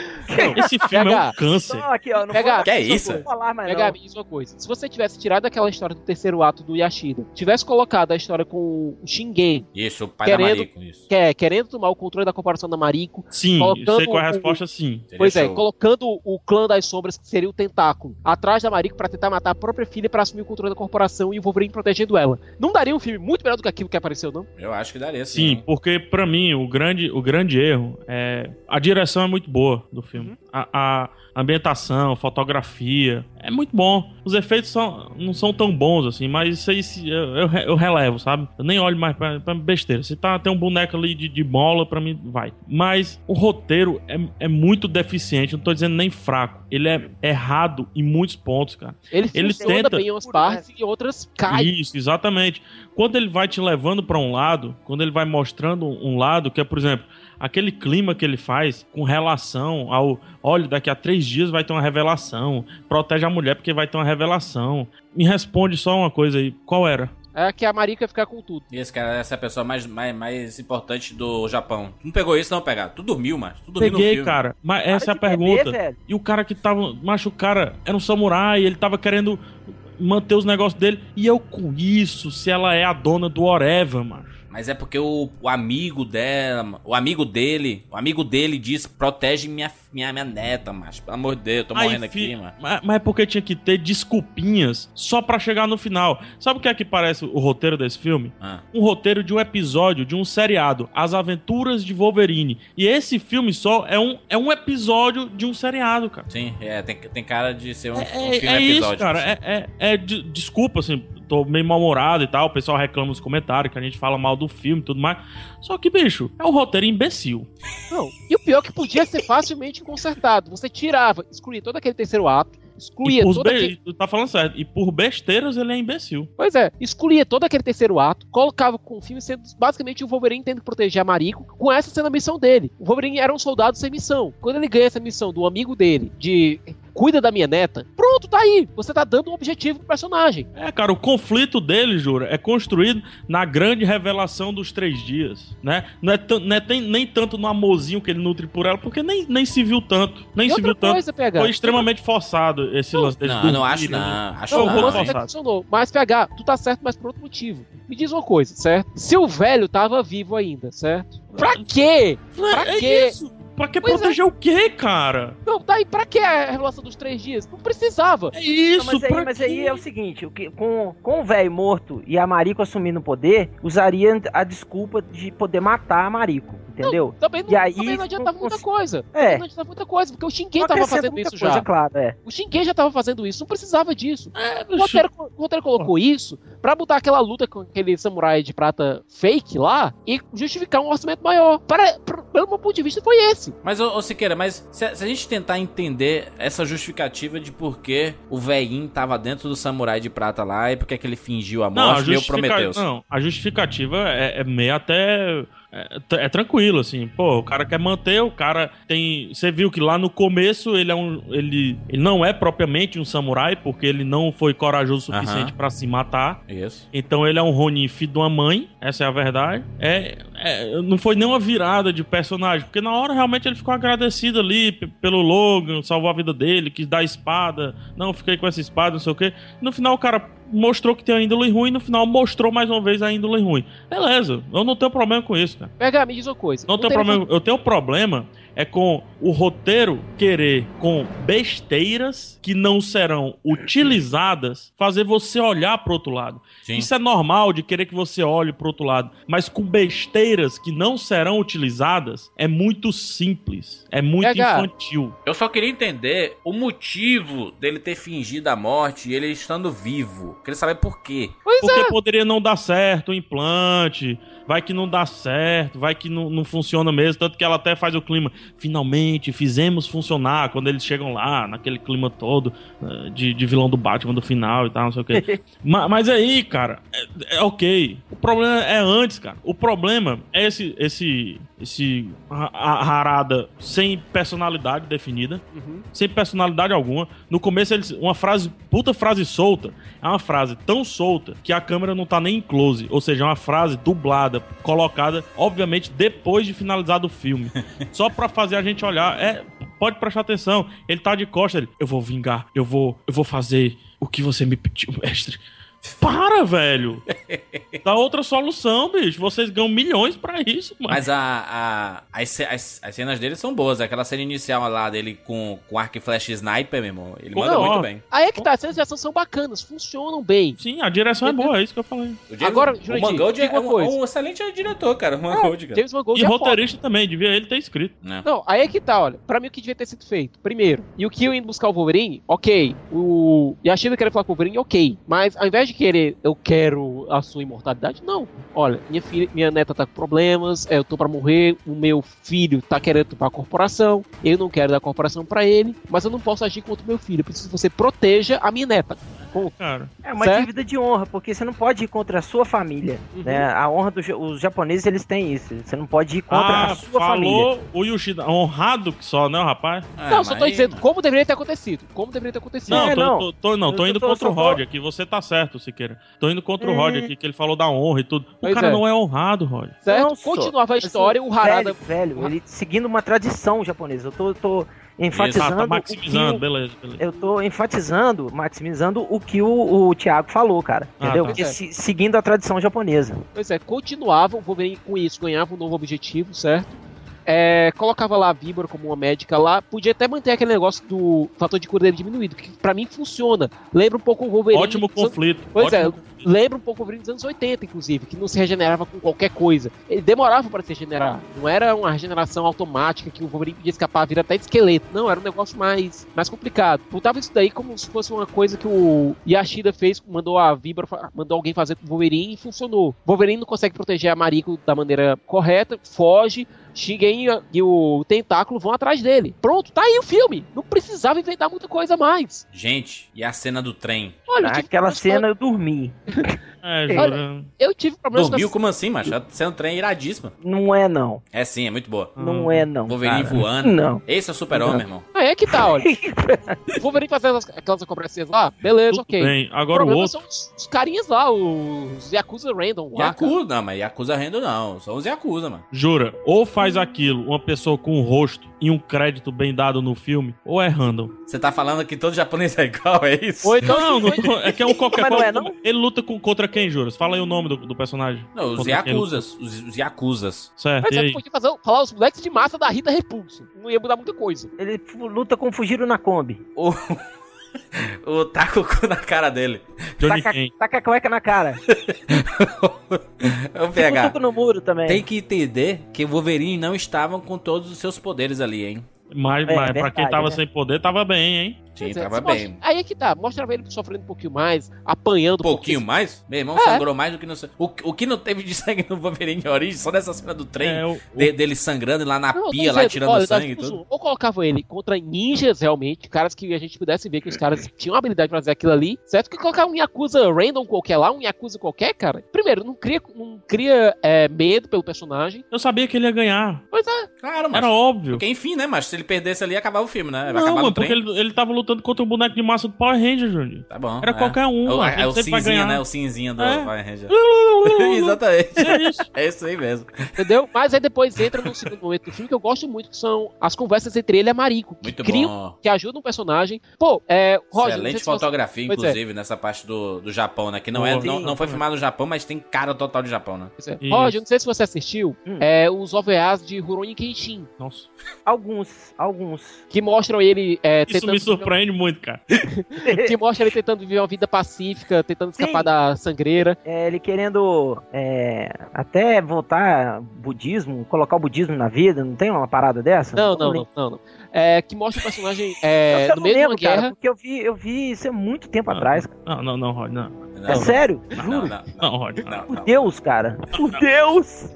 Esse filme é um Pega. câncer. Só aqui, ó, não Pega- vou- Que é não vou isso? falar mais Pega, não. me diz uma coisa. Se você tivesse tirado aquela história do terceiro ato do Yashida, tivesse colocado a história com o Shingen, Isso, o pai Querendo- da Mariko, isso. que é, querendo tomar o controle da corporação da Mariko, Sim, colocando sei qual é a o- resposta, sim. Seria pois é, show. colocando o clã das sombras, que seria o Tentáculo, atrás da Mariko pra tentar matar a própria filha pra assumir o controle da corporação e o Wolverine protegendo ela. Não daria um filme muito melhor do que aquilo que apareceu, não? Eu acho que daria sim. Sim, hein? porque pra mim o grande, o grande erro é a direção é muito boa do filme. A, a ambientação, fotografia é muito bom. Os efeitos são, não são tão bons assim, mas isso aí se- eu, eu, eu relevo, sabe? Eu nem olho mais pra, pra besteira. Se tá, tem um boneco ali de, de mola, pra mim vai. Mas o roteiro é, é muito deficiente, não tô dizendo nem fraco. Ele é errado em muitos pontos, cara. Ele, Ele funciona tenta- bem em umas partes e em outras cai. Isso, exatamente. Quando ele vai te levando pra um lado, quando ele vai mostrando um lado, que é, por exemplo, aquele clima que ele faz com relação ao, olha, daqui a três dias vai ter uma revelação, protege a mulher porque vai ter uma revelação. Me responde só uma coisa aí, qual era? É que a Mariko ia ficar com tudo. E esse cara, essa é a pessoa mais, mais, mais importante do Japão. Tu não pegou isso, não, pegar? Tu dormiu, macho. Tu dormiu no Peguei, filme. cara, mas Para essa é a de beber, pergunta. velho. E o cara que tava, macho, o cara era um samurai, ele tava querendo manter os negócios dele, e eu com isso, se ela é a dona do whatever, macho. Mas é porque o, o amigo dela, o amigo dele, o amigo dele diz, protege minha, minha, minha neta, macho. Pelo amor de Deus, tô Aí, morrendo fi- aqui, mano. Mas, mas é porque tinha que ter desculpinhas só pra chegar no final. Sabe o que é que parece o roteiro desse filme? Ah. Um roteiro de um episódio, de um seriado, As Aventuras de Wolverine. E esse filme só é um, é um episódio de um seriado, cara. Sim, é, tem, tem cara de ser um, um É, filme é episódio. isso, cara. assim. É, é, é de- desculpa, assim, tô meio mal-humorado e tal. O pessoal reclama nos comentários que a gente fala mal do filme e tudo mais. Só que, bicho, é um roteiro imbecil. Não. E o pior é que podia ser facilmente consertado. Você tirava, excluía todo aquele terceiro ato, excluía E por todo be- aquele... Tu tá falando certo. E por besteiras ele é imbecil. Pois é, excluía todo aquele terceiro ato, colocava com o filme sendo basicamente o Wolverine tendo que proteger a Mariko, com essa sendo a missão dele. O Wolverine era um soldado sem missão. Quando ele ganha essa missão do amigo dele, de cuida da minha neta, pronto, tá aí. Você tá dando um objetivo pro personagem. É, cara, o conflito dele, Jura, é construído na grande revelação dos três dias, né? Não é, tan- não é tem- nem tanto no amorzinho que ele nutre por ela, porque nem, nem se viu tanto. Nem E se outra viu tanto. coisa, P H, Foi extremamente forçado esse lance dele. Não, não acho não. Acho Não, Não, eu o vou não. lance até forçado. funcionou. Mas, P H, tu tá certo, mas por outro motivo. Me diz uma coisa, certo? Se o velho tava vivo ainda, certo? Pra quê? Pra é quê? isso. Pra que Pois proteger o quê, cara? Não, tá aí, pra que a revelação dos três dias? Não precisava. É isso, Não, mas aí, pra mas quê? aí é o seguinte, o que, com, com o velho morto e a Mariko assumindo o poder, usaria a desculpa de poder matar a Mariko, entendeu? Também não, E aí, também não adiantava com- muita coisa. É. Não adiantava muita coisa, porque o Shingen Não tava acrescenta fazendo muita isso coisa, já. claro, é. O Shingen já tava fazendo isso, não precisava disso. É, O bicho. roteiro, o roteiro colocou isso pra botar aquela luta com aquele samurai de prata fake lá e justificar um orçamento maior. Para, pra- pelo meu ponto de vista, foi esse. Mas, ô, ô Siqueira, mas se, se a gente tentar entender essa justificativa de por que o velhinho tava dentro do samurai de prata lá e por que que ele fingiu a Não, a morte, meio justifica- Prometheus. não, a justificativa é, é meio até... É, t- é tranquilo, assim. Pô, o cara quer manter, o cara tem... Você viu que lá no começo ele é um... Ele, ele não é propriamente um samurai, porque ele não foi corajoso o suficiente Aham. pra se matar. Isso. Então ele é um Ronin filho de uma mãe, essa é a verdade. É, é, não foi nenhuma virada de personagem, porque na hora realmente ele ficou agradecido ali p- pelo Logan, salvou a vida dele, quis dar a espada. Não, fiquei com essa espada, não sei o quê. No final o cara mostrou que tem a índole ruim, no final mostrou mais uma vez a índole ruim. Beleza, eu não tenho problema com isso, cara. Pega, me diz uma coisa. Não, não tenho problema, eu tenho problema é com o roteiro querer, com besteiras que não serão utilizadas, fazer você olhar pro outro lado. Sim. Isso é normal de querer que você olhe pro outro lado, mas com besteiras que não serão utilizadas, é muito simples, é muito Pega. infantil. Eu só queria entender o motivo dele ter fingido a morte e ele estando vivo. Queria saber por quê. Pois Porque é. poderia não dar certo o implante, vai que não dá certo, vai que não, não funciona mesmo, tanto que ela até faz o clima. Finalmente fizemos funcionar quando eles chegam lá, naquele clima todo uh, de, de vilão do Batman do final e tal, não sei o que. mas, mas aí, cara, é, é ok. O problema é antes, cara. O problema é esse, esse, esse Harada sem personalidade definida, uhum. sem personalidade alguma. No começo, eles, uma frase, puta frase solta, é uma frase tão solta que a câmera não tá nem em close, ou seja, é uma frase dublada, colocada, obviamente, depois de finalizado o filme. Só pra fazer a gente olhar, é, pode prestar atenção, ele tá de costas, ele, eu vou vingar, eu vou, eu vou fazer o que você me pediu, mestre. Para, velho! Dá outra solução, bicho. Vocês ganham milhões pra isso, mano. Mas a, a, as, as, as cenas dele são boas. Aquela cena inicial lá dele com, com arco e flash sniper, meu irmão. Ele manda não, muito ó, bem. Aí é que tá, as cenas de ação são bacanas, funcionam bem. Sim, a direção Entendeu? é boa, é isso que eu falei. O James, Agora, o Mangold é um, um excelente diretor, cara. O Mangold, cara. James Mangold e é roteirista foda. também, devia ele ter escrito. Não. não, aí é que tá, olha. Pra mim o que devia ter sido feito. Primeiro, e o Kill indo buscar o Wolverine, ok. O Yashida querer falar com o Wolverine, ok. Mas ao invés de querer, eu quero a sua imortalidade, não. Olha, minha filha, minha neta tá com problemas, eu tô pra morrer, o meu filho tá querendo ir pra corporação, eu não quero dar a corporação pra ele, mas eu não posso agir contra o meu filho, eu preciso que você proteja a minha neta. Ponto. Cara. É uma certo? dívida de honra, porque você não pode ir contra a sua família, uhum. né? A honra dos os japoneses, eles têm isso, você não pode ir contra ah, a sua falou família. o Yoshida, honrado que só, né, o rapaz? É, não, só tô dizendo como deveria ter acontecido, como deveria ter acontecido. Não, é, tô, não. Tô, tô, não, tô indo tô, contra o Rod aqui, você tá certo, Siqueira. Tô indo contra hum. o Rod aqui, que ele falou da honra e tudo. O pois cara é. não é honrado, Rod. Certo? Não, continuava a história, assim, o Harada... Velho, velho, ele seguindo uma tradição japonesa. Eu tô... tô... enfatizando Exato, tá maximizando, o, beleza, beleza. Eu tô enfatizando, maximizando o que o, o Thiago falou, cara. Ah, entendeu? Tá. Se, seguindo a tradição japonesa. Pois é, continuavam, o Wolverine com isso ganhava um novo objetivo, certo? É, colocava lá a Víbora como uma médica lá, podia até manter aquele negócio do fator de cura dele diminuído, que pra mim funciona. Lembra um pouco o Wolverine. Ótimo conflito. Pois ótimo é, conflito. Lembra um pouco o Wolverine dos anos oitenta, inclusive, que não se regenerava com qualquer coisa. Ele demorava pra se regenerar. Não era uma regeneração automática que o Wolverine podia escapar, vira até esqueleto. Não, era um negócio mais, mais complicado. Botava isso daí como se fosse uma coisa que o Yashida fez, mandou a Víbora, mandou alguém fazer com o Wolverine e funcionou. O Wolverine não consegue proteger a Mariko da maneira correta, foge. Shingen e o Tentáculo vão atrás dele. Pronto, tá aí o filme. Não precisava inventar muita coisa a mais. Gente, e a cena do trem? Olha, ah, aquela cena eu dormi. É, juro. Eu tive problemas Dormiu? Com a... Como assim, macho? A cena do trem é iradíssima. Não é, não. É sim, é muito boa. Não hum. é, não. Wolverine cara. voando. Não. Esse é o super-homem, meu irmão. Ah, é que tá, olha. Wolverine fazendo aquelas acrobacias lá, beleza, Tudo ok. Bem. Agora o, o outro... são os, os carinhas lá, os Yakuza Random. Lá, Yakuza, não, mas Yakuza Random não. São os Yakuza, mano. Jura, ou faz aquilo uma pessoa com um rosto e um crédito bem dado no filme, ou é random. Você tá falando que todo japonês é igual, é isso? Ou então, não, não, não, é que é um qualquer coisa. É, ele luta com, contra quem, Juras? Fala aí o nome do, do personagem. Não, os Yakuzas. Os, os Yakuzas. Certo, mas você podia fazer, falar os moleques de massa da Rita Repulso. Não ia mudar muita coisa. Ele luta com Fujiro na Kombi. O... o taco na cara dele. Johnny taca, taca a cueca na cara. Vamos pegar. No muro também. Tem que entender que o Wolverine não estava com todos os seus poderes ali, hein? Mas, é, mas verdade, pra quem tava né? sem poder, tava bem, hein? Sim, é, tava bem. Mostra, aí é que tá, mostrava ele sofrendo um pouquinho mais, apanhando um pouquinho. Um pouquinho mais? Meu irmão é. sangrou mais do que no... O, o que não teve de sangue no Wolverine origem, só nessa cena do trem, é, o, de, dele sangrando lá na não, pia, lá tirando olha, sangue e tudo. Ou colocava ele contra ninjas, realmente, caras que a gente pudesse ver que os caras tinham habilidade pra fazer aquilo ali, certo? Que colocar um Yakuza random qualquer lá, um Yakuza qualquer, cara. Primeiro, não cria, não cria é, medo pelo personagem. Eu sabia que ele ia ganhar. Pois é. Claro, mas... Era óbvio. Porque enfim, né, mas se ele perdesse ali, acabava o filme, né? Vai não, acabar mano, no trem. porque ele, ele tava lutando lutando contra um boneco de massa do Power Ranger, Júnior. Tá bom. Era é. qualquer um, É o, mano. é o Sempre vai cinzinha, ganhar. né? O cinzinha do É. Power Ranger. Exatamente. É isso. É isso aí mesmo. Entendeu? Mas aí depois entra no segundo momento do filme que eu gosto muito, que são as conversas entre ele e a Mariko. Que Muito criam, bom. que ajudam o personagem. Pô, é. Roger, não sei Excelente se você- fotografia, Pois é. inclusive, nessa parte do, do Japão, né? Que não, é, Boa. não, não foi filmado no Japão, mas tem cara total de Japão, né? Pois é. Isso. Roger, não sei se você assistiu Hum. é, os O V As de Rurouni Kenshin, Nossa. Alguns, alguns. que mostram ele é, Isso tentando me viver- surpreende muito, cara. que mostra ele tentando viver uma vida pacífica, tentando escapar Sim. da sangreira. É, ele querendo é, até voltar budismo, colocar o budismo na vida, não tem uma parada dessa? Não, não, lembro. não, não, não. É, que mostra o personagem é, Eu no não meio de uma lembro, cara, guerra. porque eu vi, eu vi isso há muito tempo Não. atrás. Não, não, não, Rod, não. Não, É sério? Não, Juro. não, Não, Rod. não, Por não. Deus, cara. Por Deus.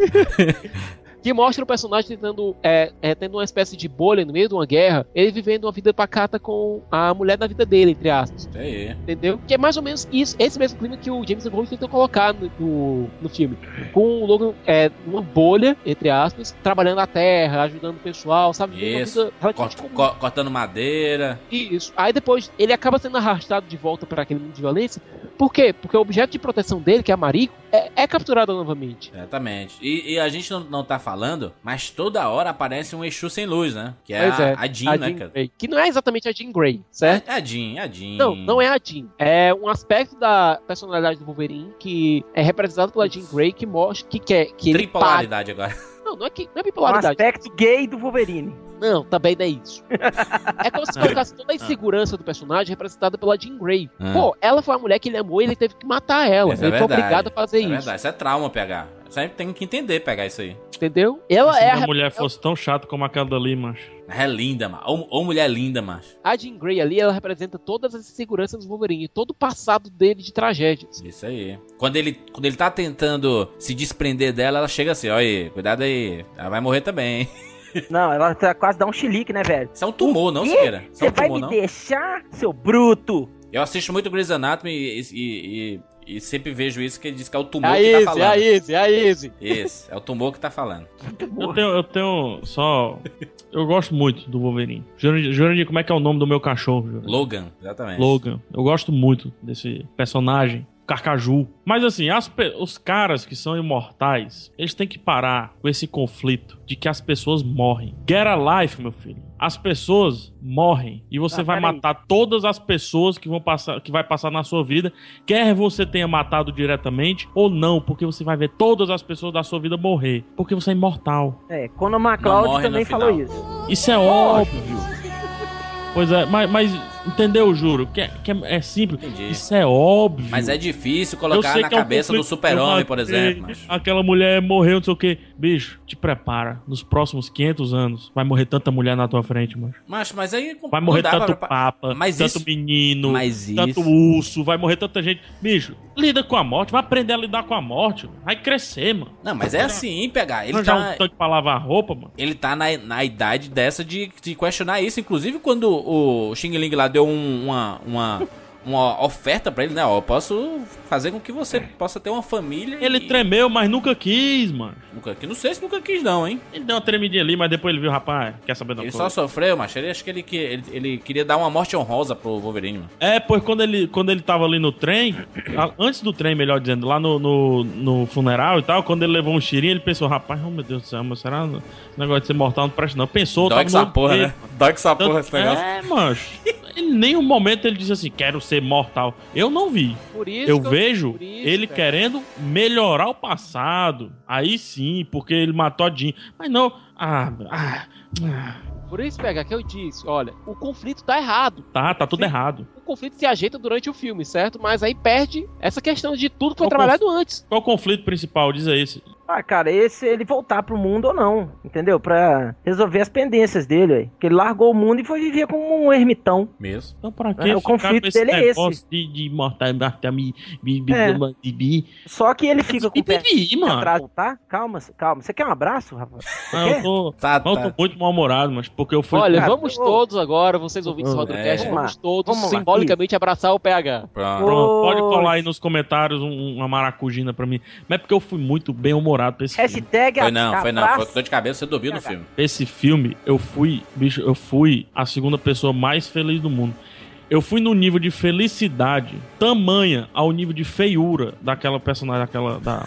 Que mostra o personagem tentando é, é, tendo uma espécie de bolha no meio de uma guerra, ele vivendo uma vida pacata com a mulher da vida dele, entre aspas. Isso aí. Entendeu? Que é mais ou menos isso, esse mesmo clima que o James Gunn tentou colocar no, no, no filme. Com o Logan é, numa bolha, entre aspas, trabalhando a terra, ajudando o pessoal, sabe? Vivendo uma Isso. vida relativamente Cort- comum. co- cortando madeira. Isso. Aí depois ele acaba sendo arrastado de volta para aquele mundo de violência. Por quê? Porque o objeto de proteção dele, que é a Mariko, é, é capturado novamente. Exatamente. E, e a gente não, não tá falando, mas toda hora aparece um Exu sem luz, né? Que é Pois a, é, a Jean, né, cara? Grey. Que não é exatamente a Jean Grey, certo? É a Jean, é a Jean. Não, não é a Jean. É um aspecto da personalidade do Wolverine que é representado pela Jean Grey que mostra que quer que ele pague. Tripolaridade agora. Não, não é que não é Um bipolaridade. aspecto gay do Wolverine. Não, também não é isso. É como se colocasse toda a insegurança do personagem representada pela Jean Grey. Ah. Pô, ela foi a mulher que ele amou e ele teve que matar ela. Isso é ele foi verdade. obrigado a fazer Isso é isso. verdade. Isso é trauma pegar. Sempre tem que entender pegar isso aí. Entendeu? Ela Se é minha a, mulher fosse tão chata como aquela dali, macho. É linda, mano. Ou, ou mulher linda, macho. a Jean Grey ali, ela representa todas as inseguranças do Wolverine, todo o passado dele de tragédias. Isso aí. Quando ele, quando ele tá tentando se desprender dela, ela chega assim, olha aí, cuidado aí. Ela vai morrer também, hein? Não, ela tá quase dá um chilique, né, velho? Isso é um tumor, não, Quê? Siqueira? Isso é Você um vai tumor, me não? deixar, seu bruto? Eu assisto muito Grey's Anatomy e, e, e, e sempre vejo isso, que ele diz que é o tumor É a que tá Izzy, falando. é a Izzy, é a Izzy. Isso, é o tumor que tá falando. Eu tenho, eu tenho só... Eu gosto muito do Wolverine. Jurandir, Jurandir, como é que é o nome do meu cachorro, Jurandir? Logan, exatamente. Logan. Eu gosto muito desse personagem. Carcaju. Mas assim, as pe- os caras que são imortais, eles têm que parar com esse conflito de que as pessoas morrem. Get a life, meu filho. As pessoas morrem e você Ah, vai peraí. matar todas as pessoas que vão passar, que vai passar na sua vida, quer você tenha matado diretamente ou não, porque você vai ver todas as pessoas da sua vida morrer, porque você é imortal. É, Conor McCloud morre também no falou final. isso. Isso é óbvio. Pois é, mas, mas entendeu, juro? Que, é, que é, é simples. Entendi. Isso é óbvio. Mas é difícil Eu colocar sei na que é um cabeça do conflito. super-homem, Eu por matei, exemplo. Mas... Aquela mulher morreu, não sei o que. Bicho, te prepara. Nos próximos quinhentos anos, vai morrer tanta mulher na tua frente, mano. Mas, mas aí... Vai não morrer dá tanto pra- papa, Mas tanto isso- menino, mas tanto isso- urso, vai morrer tanta gente. Bicho, lida com a morte, vai aprender a lidar com a morte. Mano. Vai crescer, mano. Não, mas é assim, pegar. Ele Ele já tá... um tanque pra lavar a roupa, mano. Ele tá na, na idade dessa de, de questionar isso. Inclusive, quando o Xing Ling lá deu um- uma, uma, uma oferta pra ele, né? Ó, eu posso fazer com que você possa ter uma família. Ele e... tremeu, mas nunca quis, mano. Nunca, que não sei se nunca quis, não, hein? Ele deu uma tremidinha ali, mas depois ele viu, rapaz, quer saber da Ele coisa. só sofreu, mas ele acho que ele, que- ele, ele queria dar uma morte honrosa pro Wolverine, mano. É, pois quando ele, quando ele tava ali no trem, a- antes do trem, melhor dizendo, lá no, no, no funeral e tal, quando ele levou um tirinho, ele pensou, rapaz, oh meu Deus do céu, mas será o negócio de ser mortal não presta não. Pensou, Dói tava que essa no porra, peito. né? Dói que essa porra Tanto- esse negócio. É, mancho. Em nenhum momento ele disse assim, quero ser mortal. Eu não vi. Por isso Eu que vejo por isso, ele cara. querendo melhorar o passado. Aí sim, porque ele matou a Jean. Mas não... Ah, ah, ah. Por isso, pega, que eu disse, olha, o conflito tá errado. Tá, tá tudo Sim. errado. O conflito se ajeita durante o filme, certo? Mas aí perde essa questão de tudo que foi Qual trabalhado antes. Qual o conflito principal? Diz aí. esse. Ah, cara, esse ele voltar pro mundo ou não, entendeu? Pra resolver as pendências dele, aí. Porque ele largou o mundo e foi viver como um ermitão. Mesmo. Então pra É, que o conflito dele é esse. de, de mortal, mortal, mi, mi, mi, É. mi, mi. Só que ele fica com o pé Bibi, mano. atrás, tá? Calma, calma. Você quer um abraço, rapaz? Você Ah, quer? eu tô, Tá, eu tá. tô muito mal-humorado, mas porque eu fui... Olha, cara, vamos ô. todos agora, vocês ouvintes do É. Rodrocast, Vamos vamos lá. todos Vamos lá, simbolicamente abraçar o P H. Pronto. Pronto, pode Ô, colar aí nos comentários um- uma maracujina pra mim. Mas é porque eu fui muito bem-humorado pra esse filme. Hashtag Foi não, foi não. abraço. Foi com dor de cabeça, você dormiu no filme. Esse filme, eu fui, bicho, eu fui a segunda pessoa mais feliz do mundo. eu fui no nível de felicidade tamanha ao nível de feiura daquela personagem, daquela... Da...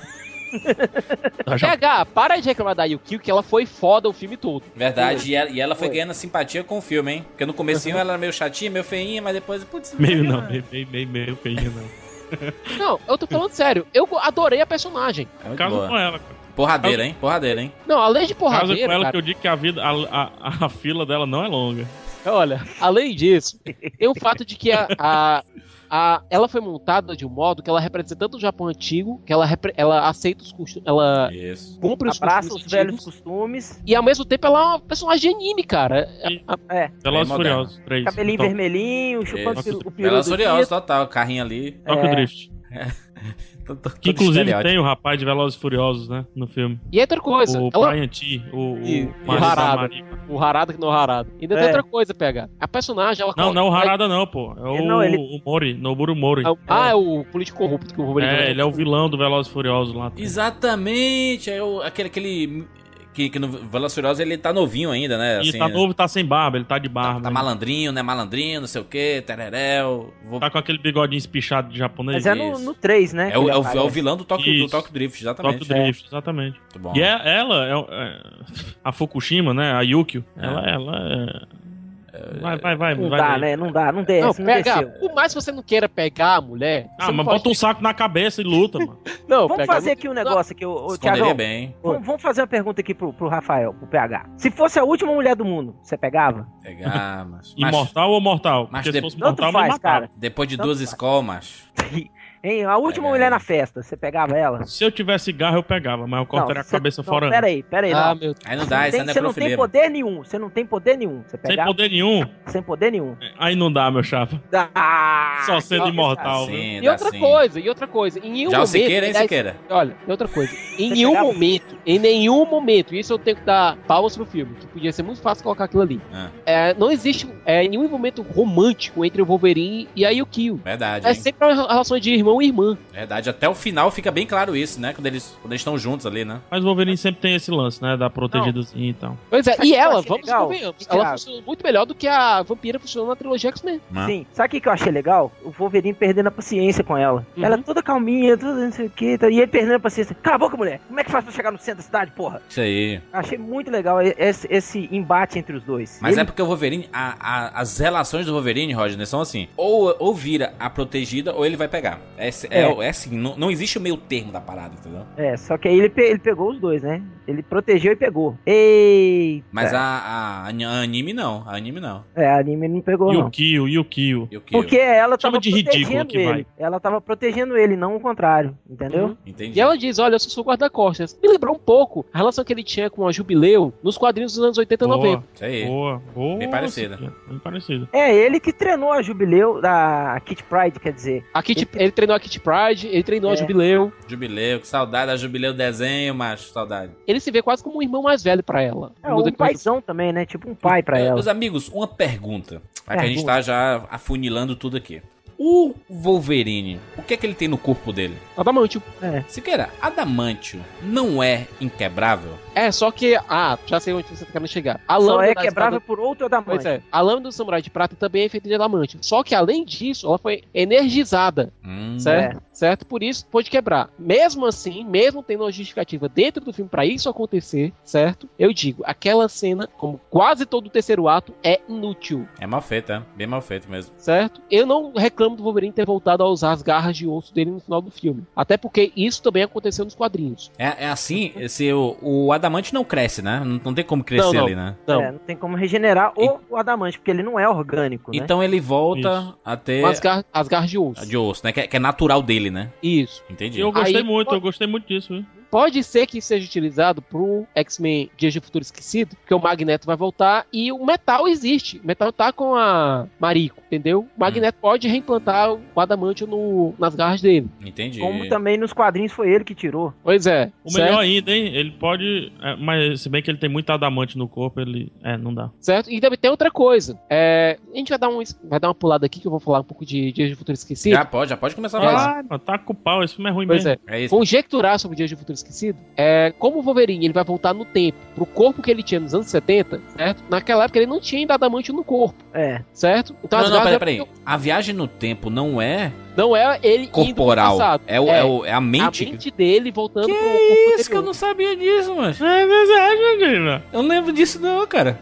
P H, para de reclamar da Yukio, que ela foi foda o filme todo. Verdade, e ela, e ela foi, foi ganhando simpatia com o filme, hein? Porque no comecinho uhum. ela era meio chatinha, meio feinha, mas depois, putz... Meio não, meio, meio, meio, meio feinha não. Não, eu tô falando sério, eu adorei a personagem. É caso com ela, cara. Porradeira, hein? Porradeira, hein? Não, além de porradeira, caso com ela cara, que eu digo que a vida, a, a, a fila dela não é longa. Olha, além disso, tem o fato de que a, a, a, ela foi montada de um modo que ela representa tanto o Japão antigo, que ela, ela aceita os costumes, ela Isso. cumpre os Abraça costumes os velhos costumes. E ao mesmo tempo ela é uma personagem de anime, cara. E, é. Velozes e Furiosos, três. Cabelinho então. vermelhinho, chupando Isso. o peru. Velozes e Furiosos, total, carrinho ali. Tokyo É. Drift. É. Que inclusive tem o rapaz de Velozes e Furiosos, né, no filme. E outra coisa, O ela... Brian T, o, E- o e marido da Harada. Marika. o Harada que não é o Harada. E ainda É. tem outra coisa, P H. A personagem, ela... Não, não é o Harada não, pô. É o, Não, ele- o Mori, Noburo Mori. Ah, é o político corrupto que o Wolverine É, também. ele é o vilão do Velozes e Furiosos lá. Exatamente, é o, aquele, aquele que, que no Velozes e Furiosos ele tá novinho ainda, né? E Assim, tá novo, tá sem barba, ele tá de tá, barba. tá né? malandrinho, né? Malandrinho, não sei o que, tereréu. Vou... Tá com aquele bigodinho espichado de japonês. Mas é no, Isso. no três, né? É o, que é, ele o, é o aparece. vilão do Tokyo, do Isso. Tokyo Drift, exatamente. Tokyo Drift, exatamente. Muito bom. E é, ela, é, é, a Fukushima, né, a Yukio, É. ela, ela é... Vai, vai, vai. Não vai dá, daí. né? Não dá, não desce, Não, não, pega, desceu. por mais que você não queira pegar a mulher... Ah, você mas não pode... bota um saco na cabeça e luta, mano. Não, Vamos pega, fazer não- aqui um negócio aqui, ô, ô, Esconderia Thiagão. bem. Vamos, vamos fazer uma pergunta aqui pro, pro Rafael, pro P H. Se fosse a última mulher do mundo, você pegava? Pegar, mas... Imortal ou mortal? mas Porque de- se fosse Tanto mortal, me faz, matava. cara. Depois de Tanto duas faz. escolas, macho. Hein? A última Pega mulher aí. na festa, você pegava ela? Se eu tivesse garra, eu pegava, mas eu cortaria a cê- cabeça não, fora. Pera aí, pera aí. Ah, não. meu... Aí não Você dá, não isso é tem- Você não tem necrofilia. poder nenhum, você não tem poder nenhum. Você Sem pegava poder nenhum, sem poder nenhum. aí não dá, meu chapa. Ah, Só sendo não, imortal, viu? Sim, E dá outra sim. coisa, e outra coisa, em nenhum Já o momento... Siqueira, hein, aliás, Siqueira? Olha, e outra coisa, em Você nenhum pegava? momento, em nenhum momento, isso eu tenho que dar palmas pro filme, que podia ser muito fácil colocar aquilo ali. Ah, É, não existe é, nenhum envolvimento romântico entre o Wolverine e a Yukio. verdade, É hein? sempre uma relação de irmão e irmã. Verdade, até o final fica bem claro isso, né? Quando eles quando eles estão juntos ali, né? Mas o Wolverine sempre tem esse lance, né, da protegidazinha e tal. Pois é, Sabe o e que eu ela, achei vamos legal, convenhamos, Thiago? ela funcionou muito melhor do que a vampira funcionou na trilogia X-Men. Ah. Sim, sabe o que que eu achei legal? O Wolverine perdendo a paciência com ela. Uhum. Ela toda calminha, toda não sei o que, e ele perdendo a paciência. Cala a boca, mulher! Como é que faz pra chegar no centro da cidade, porra? Isso aí. Achei muito legal esse, esse embate entre os dois. Mas Ele- é porque o Wolverine, a- a- as relações do Wolverine, Roger, são assim: ou, ou vira a protegida, ou ele vai pegar. É, é, É. é assim, não, não existe o meio termo da parada, entendeu? É, só que aí ele, pe- ele pegou os dois, né? Ele protegeu e pegou. Eita! Mas a, a, a anime não, a anime não. É, a anime não pegou, E não. o Kill, e o Kill. E o que? Porque ela Chama tava de ridículo protegendo que ele. vai. Ela tava protegendo ele, não o contrário. Entendeu? Uhum. Entendi. E ela diz, olha, eu sou seu guarda-costas. Me lembrou um pouco a relação que ele tinha com a Jubileu nos quadrinhos dos anos oitenta e noventa. Isso aí. Boa, boa. Bem parecida. Bem parecida. É ele que treinou a Jubileu, da Kit Pride, quer dizer. A Kitty, ele treinou a Kitty Pride, ele treinou a É. Jubileu. Jubileu, que saudade da Jubileu desenho, macho, saudade. Ele se vê quase como um irmão mais velho pra ela. É, Muda um depois do- paizão também, né? Tipo um pai pra É, ela. Meus amigos, uma pergunta. Pra que a gente Pergunta. tá já afunilando tudo aqui. O Wolverine, o que é que ele tem no corpo dele? Adamantio. Siqueira, adamantio não é inquebrável? É, só que... Ah, já sei onde você tá querendo chegar. A Só lâmina é da quebrável espada- por outro adamante. Pois é, a lâmina do Samurai de Prata também é feita de adamantio. Só que, além disso, ela foi energizada, Hum, certo? Certo? Por isso, pode quebrar. Mesmo assim, mesmo tendo uma justificativa dentro do filme pra isso acontecer, certo? Eu digo, aquela cena, como quase todo o terceiro ato, é inútil, É mal feito, é? Bem mal feito mesmo. certo? Eu não reclamo do Wolverine ter voltado a usar as garras de osso dele no final do filme. Até porque isso também aconteceu nos quadrinhos. É, é assim, esse, o, o adamante não cresce, né? Não, não tem como crescer Não, não. ali, né? Não, É, não tem como regenerar o, o adamante, porque ele não é orgânico, né? Então ele volta Isso. a ter com as, gar as garras de osso. a de osso, né? Que, é- que é natural dele, né? Isso. Entendi. E eu gostei Aí, muito, pode- eu gostei muito disso, viu? Pode ser que seja utilizado pro X-Men Dias de Futuro Esquecido, porque o Magneto vai voltar e o metal existe. O metal tá com a Mariko, entendeu? O Magneto pode reimplantar o adamantio no, nas garras dele. Entendi. Como também nos quadrinhos foi ele que tirou. Pois é. O certo? melhor ainda, hein? Ele pode. é, mas se bem que ele tem muito adamante no corpo, ele. É, não dá. Certo? E também tem outra coisa. É, a gente vai dar, um, vai dar uma pulada aqui que eu vou falar um pouco de Dias de Futuro Esquecido. Já pode, já pode começar a falar. Ah, mano, tá com o pau, esse filme é ruim Pois mesmo. é. É isso. Conjecturar sobre Dias de Futuro esquecido, é como o Wolverine ele vai voltar no tempo, pro corpo que ele tinha nos anos setenta, certo? Naquela época ele não tinha ainda adamantio no corpo. É. Certo? Então, não, as não, garras peraí, é peraí. A viagem no tempo não é Não é ele corporal. indo pro passado. É, o, é. É, o, é a mente. A mente dele voltando que pro corpo isso, anterior. que eu não sabia disso, mano. É verdade, eu não lembro disso não, cara.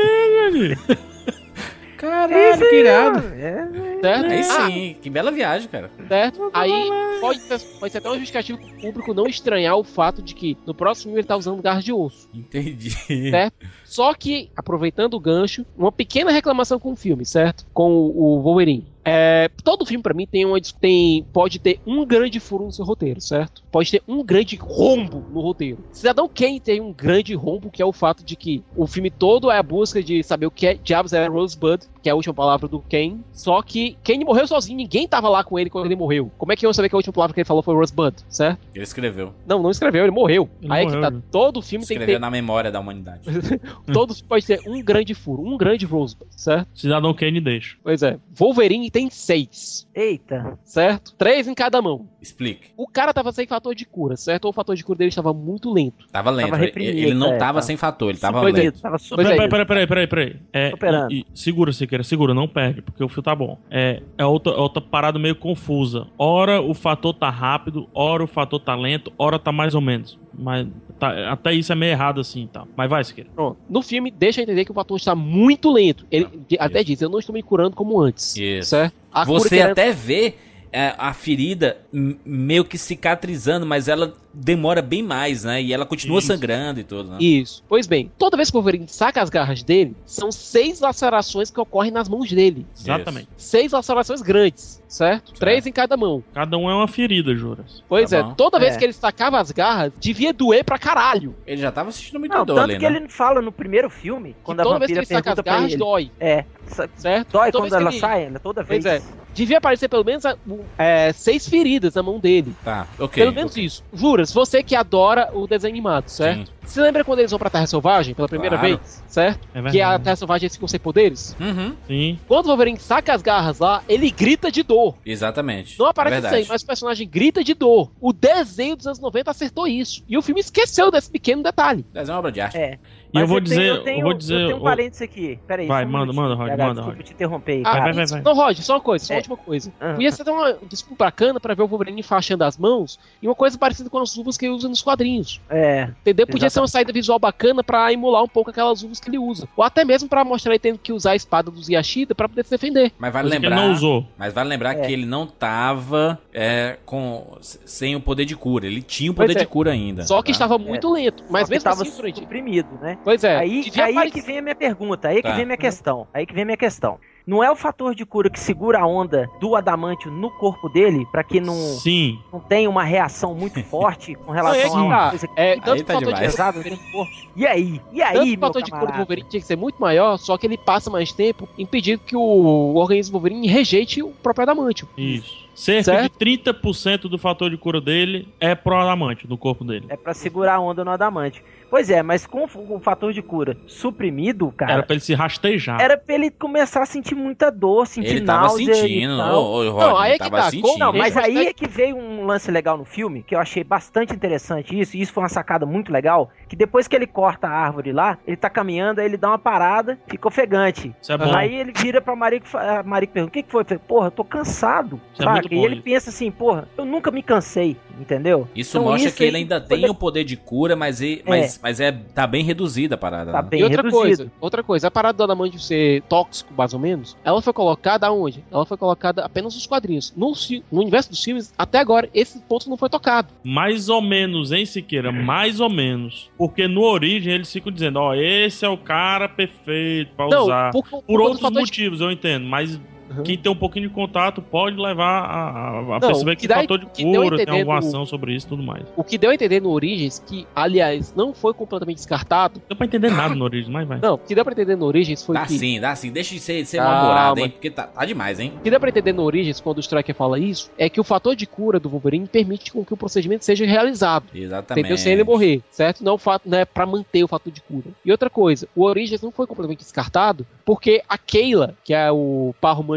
É Caralho, que irado. É, certo? Aí Ah, sim, que bela viagem, cara. certo? Aí pode ser, pode ser até uma justificativa pro público não estranhar o fato de que no próximo filme ele tá usando garras de osso. Entendi. Certo? Só que, aproveitando o gancho, uma pequena reclamação com o filme, certo? Com o, o Wolverine. É, todo filme, pra mim, tem uma, tem, pode ter um grande furo no seu roteiro, certo? Pode ter um grande rombo no roteiro. Cidadão Kane tem um grande rombo, que é o fato de que o filme todo é a busca de saber o que é diabos é Rosebud, que é a última palavra do Kane. Só que Kane morreu sozinho, ninguém tava lá com ele quando ele morreu. Como é que eu ia saber que a última palavra que ele falou foi Rosebud, certo? Ele escreveu. Não, não escreveu, ele morreu. Ele Aí morreu, é que tá, todo filme tem que Escreveu ter... na memória da humanidade. Todo filme pode ter um grande furo, um grande Rosebud, certo? Cidadão Kane deixa. Pois é. Wolverine tem seis. Eita. Certo? Três em cada mão. Explique. O cara tava sem fator de cura, certo? Ou o fator de cura dele estava muito lento. Tava lento. Tava ele, reprimido, ele não é, tava tá. sem fator, ele tava Pois é. lento. Tava Pois super. é. Peraí, peraí, peraí, peraí, peraí. É, Superando. e- e segura, Siqueira, segura, não perde, porque o fio tá bom. É, é outra, outra parada meio confusa. Ora o fator tá rápido, ora o fator tá lento, ora tá mais ou menos. Mas tá- até isso é meio errado assim, tá? Mas vai, Siqueira. Pronto. No filme, deixa eu entender que o fator está muito lento. Ele de- até isso. diz, eu não estou me curando como antes. Isso. Certo? A cura Você que era- até vê é, a ferida m- meio que cicatrizando, mas ela demora bem mais, né? E ela continua Isso. sangrando e tudo, né? Isso. Pois bem, toda vez que o Wolverine saca as garras dele, são seis lacerações que ocorrem nas mãos dele. Exatamente. Seis lacerações grandes, certo? Três em cada mão. Cada um é uma ferida, Juras. Pois Tá é, bom. toda vez É. que ele sacava as garras, devia doer pra caralho. Ele já tava assistindo muito Não, dor tanto ali, que né? ele fala no primeiro filme, quando Que a toda vez que vampira ele saca as pergunta pra garras, ele. dói, É, sa- certo? dói Toda quando vez que ela ele- sai, ela toda vez. Pois é. Devia aparecer pelo menos a- o- é, seis feridas na mão dele. Tá, ok. Pelo menos ok. isso. Juras, você que adora o desenho animado, certo? Sim. Você lembra quando eles vão pra Terra Selvagem pela primeira Claro. vez? Certo? É verdade. Que a Terra Selvagem eles ficam sem poderes? Uhum, Sim. Quando o Wolverine saca as garras lá, ele grita de dor. exatamente. Não é aparece verdade. sangue, mas o personagem grita de dor. O desenho dos anos noventa acertou isso. E o filme esqueceu desse pequeno detalhe. Mas é uma obra de arte. É. E eu Mas vou tenho- dizer, eu tenho, eu vou dizer, eu tenho um ô- parênteses aqui. Pera aí. Vai, só um manda, minutinho, manda, Rod, P H, manda, Desculpa Rod. te interromper aí. Ah, vai, cara. vai, isso- vai. Não, Rod, só uma coisa, só uma É. última coisa. Ah. Ia ser até uma desculpa bacana pra ver o Wolverine enfaixando as mãos e uma coisa parecida com as luvas que ele usa nos quadrinhos. É. Entendeu? Podia ser uma Exatamente. saída visual bacana pra emular um pouco aquelas luvas que ele usa. Ou até mesmo pra mostrar ele tendo que usar a espada dos Yashida pra poder se defender. Mas vale Coisa que lembrar. ele não usou. Mas vale lembrar É. que ele não tava é, com, sem o poder de cura. Ele tinha o Pois poder é. de cura ainda. Só que tá? estava muito lento. Mas Só que mesmo tava assim, Fred. suprimido, né? Pois é. Aí, devia aí é aparecer- que vem a minha pergunta, aí é que Tá. vem a minha questão. Aí que vem a minha questão. Não é o fator de cura que segura a onda do adamantio no corpo dele, pra que não, Sim. não tenha uma reação muito forte com Não, é relação que a uma tá. coisa que É, Aí tanto o tá fator de demais. pesada no corpo. E aí? E aí, Tanto o meu fator de cura do camarada? Wolverine tinha que ser muito maior, só que ele passa mais tempo impedindo que o organismo Wolverine rejeite o próprio adamantio. Isso. Cerca Certo? de trinta por cento do fator de cura dele é pro adamante, do corpo dele. É pra segurar a onda no adamante. Pois é, mas com o fator de cura suprimido, cara, Era pra ele se rastejar. era pra ele começar a sentir muita dor, sentir Ele tava náusea sentindo, e tal. ô, ô, Não, Rodney, aí é que tava tá. sentindo. Não, mas Gente, aí mas- é que veio um lance legal no filme, que eu achei bastante interessante isso, e isso foi uma sacada muito legal, que depois que ele corta a árvore lá, ele tá caminhando, aí ele dá uma parada, fica ofegante. Isso é bom. Aí ele vira pra Marico, a Marico pergunta, o que que foi? Eu falei, porra, eu tô cansado, Isso é saca? muito E bom ele isso. pensa assim, porra, eu nunca me cansei, entendeu? Isso Então, mostra isso que aí ele ainda foi tem o poder de cura, mas, ele, É. mas, mas é, tá bem reduzida a parada. Tá né? bem E outra reduzido. coisa, outra coisa, a parada do adamantio ser tóxico, mais ou menos, ela foi colocada aonde? Ela foi colocada apenas nos quadrinhos. No, ci- no universo dos filmes, até agora, esse ponto não foi tocado. Mais ou menos, hein, Siqueira? Mais ou menos. Porque no Origem eles ficam dizendo, ó, esse é o cara perfeito pra Não, usar. por, Por, por conta do outros fator de- motivos, eu entendo. Mas Uhum. quem tem um pouquinho de contato pode levar a, a- a Não, perceber o que que tem dá- fator de que deu a cura, tem entender alguma no- ação sobre isso e tudo mais. O que deu a entender no Origins, que, aliás, não foi completamente descartado. Não deu pra entender nada no Origem, mas vai. Não, o que deu pra entender no Origins foi Dá que... sim, dá sim. Deixa de ser, de ser Calma. mal-humorado, hein? Porque tá, tá demais, hein? O que dá pra entender no Origins, quando o Striker fala isso, é que o fator de cura do Wolverine permite com que o procedimento seja realizado. Exatamente. Entendeu? Sem ele morrer, certo? Não, o fato, não é pra manter o fator de cura. E outra coisa, o Origins não foi completamente descartado, porque a Kayla, que é o par romântico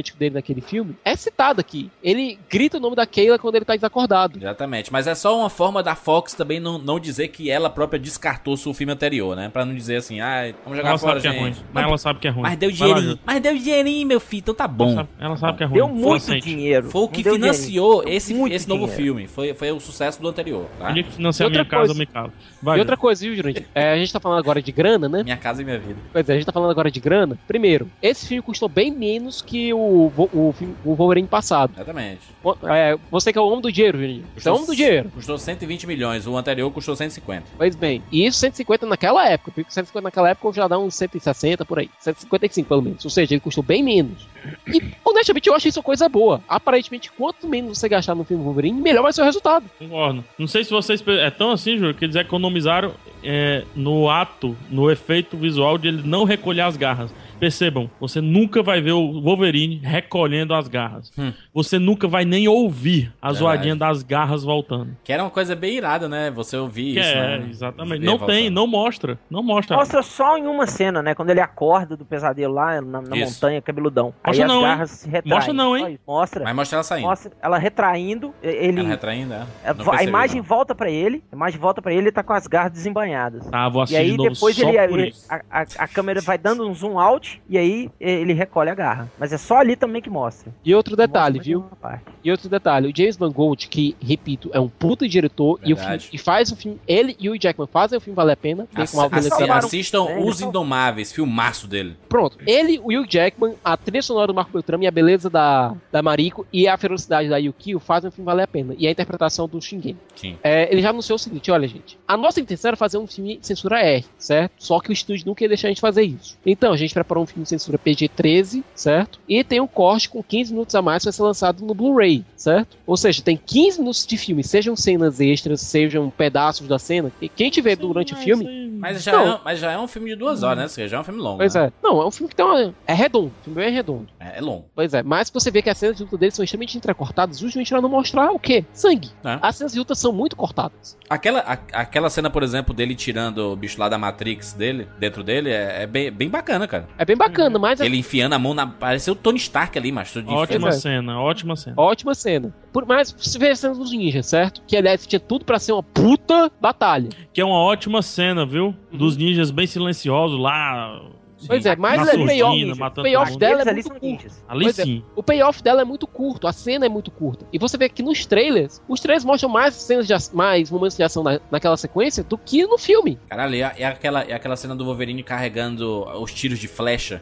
poético dele naquele filme é citado aqui. Ele grita o nome da Kayla quando ele tá desacordado. Exatamente, mas é só uma forma da Fox também não, não dizer que ela própria descartou o filme anterior, né? Pra não dizer assim, ah, vamos jogar ela fora, sabe que gente. é ruim. Mas ela sabe que é ruim. Mas deu Vai lá, dinheirinho, Ju. mas deu dinheirinho, meu filho, então tá bom. Ela sabe, ela sabe que é ruim. Deu Foi muito recente. dinheiro. Foi o que Não deu financiou dinheiro. esse, Muito esse novo dinheiro. filme, foi, foi o sucesso do anterior, tá? O dia que financiar Outra minha casa, coisa- eu me calo. Vai, E outra coisa, viu, Jurandir? É, a gente tá falando agora de grana, né? Minha casa e minha vida. Pois é, a gente tá falando agora de grana. Primeiro, esse filme custou bem menos que o, Vo- o, filme- o Wolverine passado. Exatamente. O- É, você que é o homem do dinheiro, Jurandir. Você é o homem do dinheiro. Custou cento e vinte milhões, o anterior custou cento e cinquenta. Pois bem, e isso cento e cinquenta naquela época, porque cento e cinquenta naquela época já dá uns cento e sessenta por aí, cento e cinquenta e cinco pelo menos, ou seja, ele custou bem menos. E honestamente eu acho isso uma coisa boa. Aparentemente, quanto menos você gastar no filme Wolverine, melhor vai ser o resultado. Concordo. Não sei se vocês... pe- É tão assim, Júlio, que eles economizaram é, no ato, no efeito visual de ele não recolher as garras. Percebam, você nunca vai ver o Wolverine recolhendo as garras. Hum. Você nunca vai nem ouvir a Verdade. zoadinha das garras voltando. Que era uma coisa bem irada, né? Você ouvir Que isso, é, né? exatamente. Ver Não voltando. tem, não mostra. Não mostra. Mostra só em uma cena, né? Quando ele acorda do pesadelo lá na, na Isso. montanha, cabeludão. Aí Mostra as não, hein? garras se retraem. Mostra não, hein? Só isso. Mostra. Mas mostra ela saindo. Mostra ela retraindo. Ele, Ela retraindo, é. a, Não a percebi, imagem não. volta pra ele. A imagem volta pra ele e ele tá com as garras desembanhadas. Tá, vou E assistir aí de novo depois só ele, por ele- isso. a, a, a câmera vai dando um zoom out e aí ele recolhe a garra. Mas é só ali também que mostra. E outro detalhe, Mostra viu? mais uma parte. E outro detalhe, o James Mangold, que, repito, é um puta diretor e, o Verdade. filme, e faz o filme, ele e o Hugh Jackman fazem o filme valer a pena. Tem Assi- com uma assi- velocidade- assistam É, Os então- Indomáveis, filmaço dele. Pronto, ele, o Hugh Jackman, a trilha sonora do Marco Beltrame e a beleza da, da Mariko e a ferocidade da Yukio fazem o filme valer a pena. E a interpretação do Shingen. Sim. É, ele já anunciou o seguinte, olha gente, a nossa intenção era fazer um filme de censura R, certo? Só que o estúdio não queria deixar a gente fazer isso. Então a gente preparou um filme de censura P G treze, certo? E tem um corte com quinze minutos a mais que vai ser lançado no Blu-ray, certo? Ou seja, tem quinze minutos de filme, sejam cenas extras, sejam pedaços da cena. E quem tiver durante o filme... Mas já, Não. é, mas já é um filme de duas horas, né? Ou seja, já é um filme longo. Pois né? é. Não, é um filme que tem uma... É redondo, o filme é redondo. É. É longo. Pois é, mas você vê que as cenas de luta deles são extremamente entrecortadas, justamente pra não mostrar o quê? Sangue. É. As cenas de luta são muito cortadas. Aquela, a- aquela cena, por exemplo, dele tirando o bicho lá da Matrix dele, dentro dele, é, é bem, bem bacana, cara. É bem bacana, mas... Ele enfiando a mão na... Pareceu o Tony Stark ali, mas tudo de Ótima Pois é. cena, ótima cena. Ótima cena. Por, mas você vê a cena dos ninjas, certo? Que, aliás, tinha tudo pra ser uma puta batalha. Que é uma ótima cena, viu? Dos ninjas bem silenciosos lá. Pois é, mas na é payoff, surdina, o matando payoff todo mundo. dela Eles é ali muito são curto. ninjas. Ali Pois é. sim. O payoff dela é muito curto, a cena é muito curta. E você vê que nos trailers, os trailers mostram mais cenas de ac- mais momentos de ação na, naquela sequência do que no filme. Caralho, é, é aquela, é aquela cena do Wolverine carregando os tiros de flecha.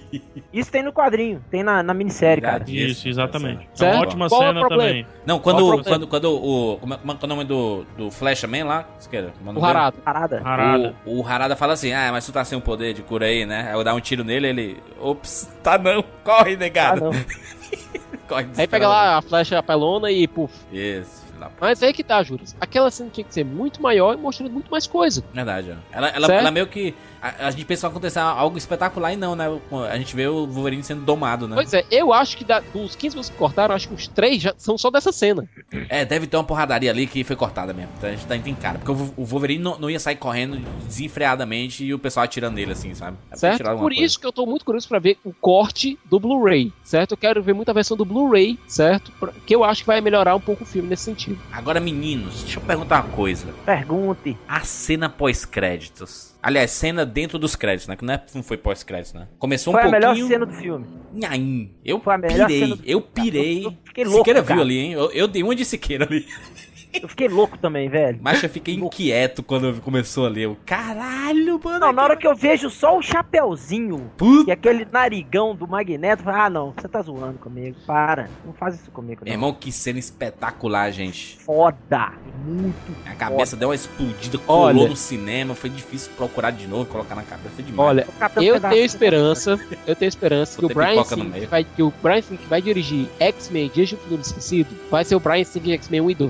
Isso tem no quadrinho, tem na, na minissérie, cara. Verdade. Isso, exatamente. É Certo? uma ótima Qual é o cena problema? também. Não, quando, Qual o quando, problema? quando, o... Como é, como é o nome do, do Flecha Man lá? Esquerda. O Harada. Parada. Parada. O, o Harada fala assim, ah, mas tu tá sem o poder de cura aí, né? Aí eu dar um tiro nele, ele... Ops, tá não. Corre, Ah, negado. não. Corre, Aí pega lá a flecha pelona e puf. Isso, filho da p... Mas aí que tá, Juras. Aquela cena tinha que ser muito maior e mostrando muito mais coisa. Verdade, ó. Ela, ela, Certo? ela meio que... A, a gente pensou que acontecer algo espetacular e não, né? A gente vê o Wolverine sendo domado, né? Pois é, eu acho que da- dos quinze minutos que cortaram, acho que uns três já são só dessa cena. É, deve ter uma porradaria ali que foi cortada mesmo. Então a gente tá em cara. Porque o o Wolverine não, não ia sair correndo desenfreadamente e o pessoal atirando nele assim, sabe? É pra Certo? tirar alguma Por coisa. isso que eu tô muito curioso pra ver o corte do Blu-ray, certo? Eu quero ver muita versão do Blu-ray, certo? Pra- Que eu acho que vai melhorar um pouco o filme nesse sentido. Agora, meninos, deixa eu perguntar uma coisa. Pergunte. A cena pós-créditos. Aliás, cena dentro dos créditos, né? Que não, é, não foi pós-créditos, né? Começou um Foi a pouquinho... melhor cena do filme. Nhaim. Eu Foi a melhor pirei, cena do eu filme. pirei. Eu fiquei louco, Siqueira cara. viu ali, hein? Eu, eu dei uma de Siqueira ali. Eu fiquei louco também, velho. Mas eu fiquei inquieto quando começou ali. Eu, caralho, mano. Não, na hora que eu vejo só o chapeuzinho Puta. e aquele narigão do Magneto, eu falo, ah, não, você tá zoando comigo. Para, não faz isso comigo, Meu não. irmão, que cena espetacular, gente. Foda. Muito. A cabeça deu uma explodida, colou Olha. no cinema. Foi difícil procurar de novo, colocar na cabeça. Foi demais. Olha, Tô catando eu pedaço. tenho esperança, eu tenho esperança que o Botei Brian pipoca no Singer meio. vai, que o Brian Singer que vai dirigir X-Men Dias de um Futuro Esquecido vai ser o Brian Singer de X-Men um e dois.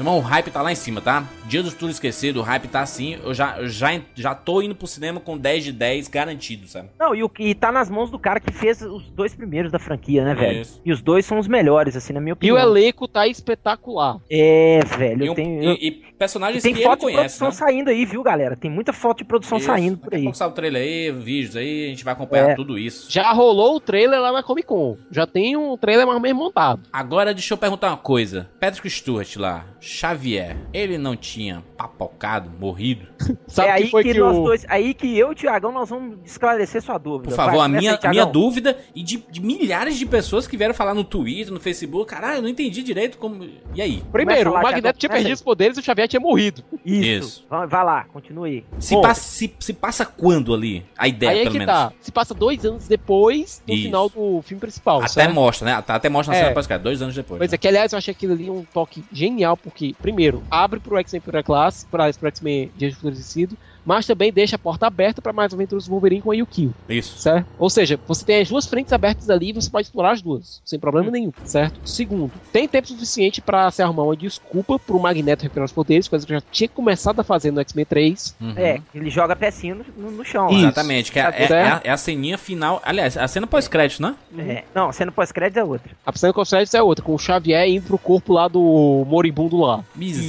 Irmão, o hype tá lá em cima, tá? Dia do Futuro Esquecido, o hype tá assim. Eu já, eu já, já tô indo pro cinema com dez de dez garantido, sabe? Não, e, o, e tá nas mãos do cara que fez os dois primeiros da franquia, né, velho? Isso. E os dois são os melhores, assim, na minha E opinião. o elenco tá espetacular. É, velho, E, eu um- tenho... e- eu- e personagens Tem que ele foto de conhece, produção né? saindo aí, viu, galera? Tem muita foto de produção Isso. saindo por Daqui a aí. pouco sai o trailer aí, vídeos aí, a gente vai acompanhar É. tudo isso. Já rolou o trailer lá na Comic Con. Já tem um trailer mais ou menos montado. Agora deixa eu perguntar uma coisa. Patrick Stewart lá, Xavier, ele não tinha papocado, morrido? Sabe é o aí que foi que, que, nós o... dois, aí que eu e o Tiagão nós vamos esclarecer sua dúvida. Por favor, Vai, a começa minha, aí, Thiagão. minha dúvida e de, de milhares de pessoas que vieram falar no Twitter, no Facebook. Caralho, eu não entendi direito como... E aí? Primeiro, Começa lá, o Magneto Thiagão, tinha começa perdido os poderes e o Xavier tinha morrido. Isso. Isso. Vai, vai lá, continue aí. Se, Bom. passa, se, se passa quando ali? A ideia, Aí é pelo que menos. tá. Se passa dois anos depois do Isso. final do filme principal, Até certo? mostra, né? Até mostra na É. cena pós-crédito, dois anos depois. Pois né? é, que aliás eu achei aquilo ali um toque genial, porque, primeiro, abre pro X-Men Primeira Classe, para pro X-Men Dias do Futuro Esquecido, mas também deixa a porta aberta para mais aventuras do Wolverine com a Yukio, Isso. certo? Ou seja, você tem as duas frentes abertas ali e você pode explorar as duas, sem problema nenhum, certo? Segundo, tem tempo suficiente para se arrumar uma desculpa pro Magneto recuperar os poderes, coisa que eu já tinha começado a fazer no X-Men três. Uhum. É, ele joga a pecinha no, no, no chão. Isso. lá. Exatamente, que é, Tá é, certo? é a, é a ceninha final. Aliás, a cena pós-crédito, né? É. Não, a cena pós-crédito é outra. A cena com é outra, com o Xavier indo pro corpo lá do moribundo lá.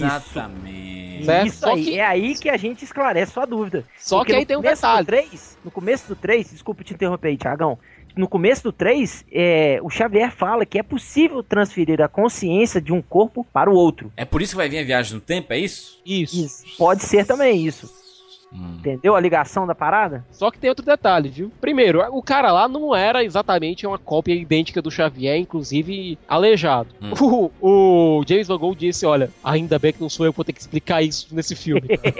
Exatamente. Certo? Isso Só aí, que- é aí que a gente esclarece sua dúvida. Só Porque que aí no tem um começo do detalhe. três, no começo do três, desculpa te interromper aí, Thiagão. No começo do três, é, o Xavier fala que é possível transferir a consciência de um corpo para o outro. É por isso que vai vir a viagem no tempo, é isso? Isso. Isso. Pode ser também isso. Hum. Entendeu a ligação da parada? Só que tem outro detalhe, viu? Primeiro, o cara lá não era exatamente uma cópia idêntica do Xavier, inclusive aleijado. Hum. O, o James Van Gogh disse, olha, ainda bem que não sou eu que vou ter que explicar isso nesse filme.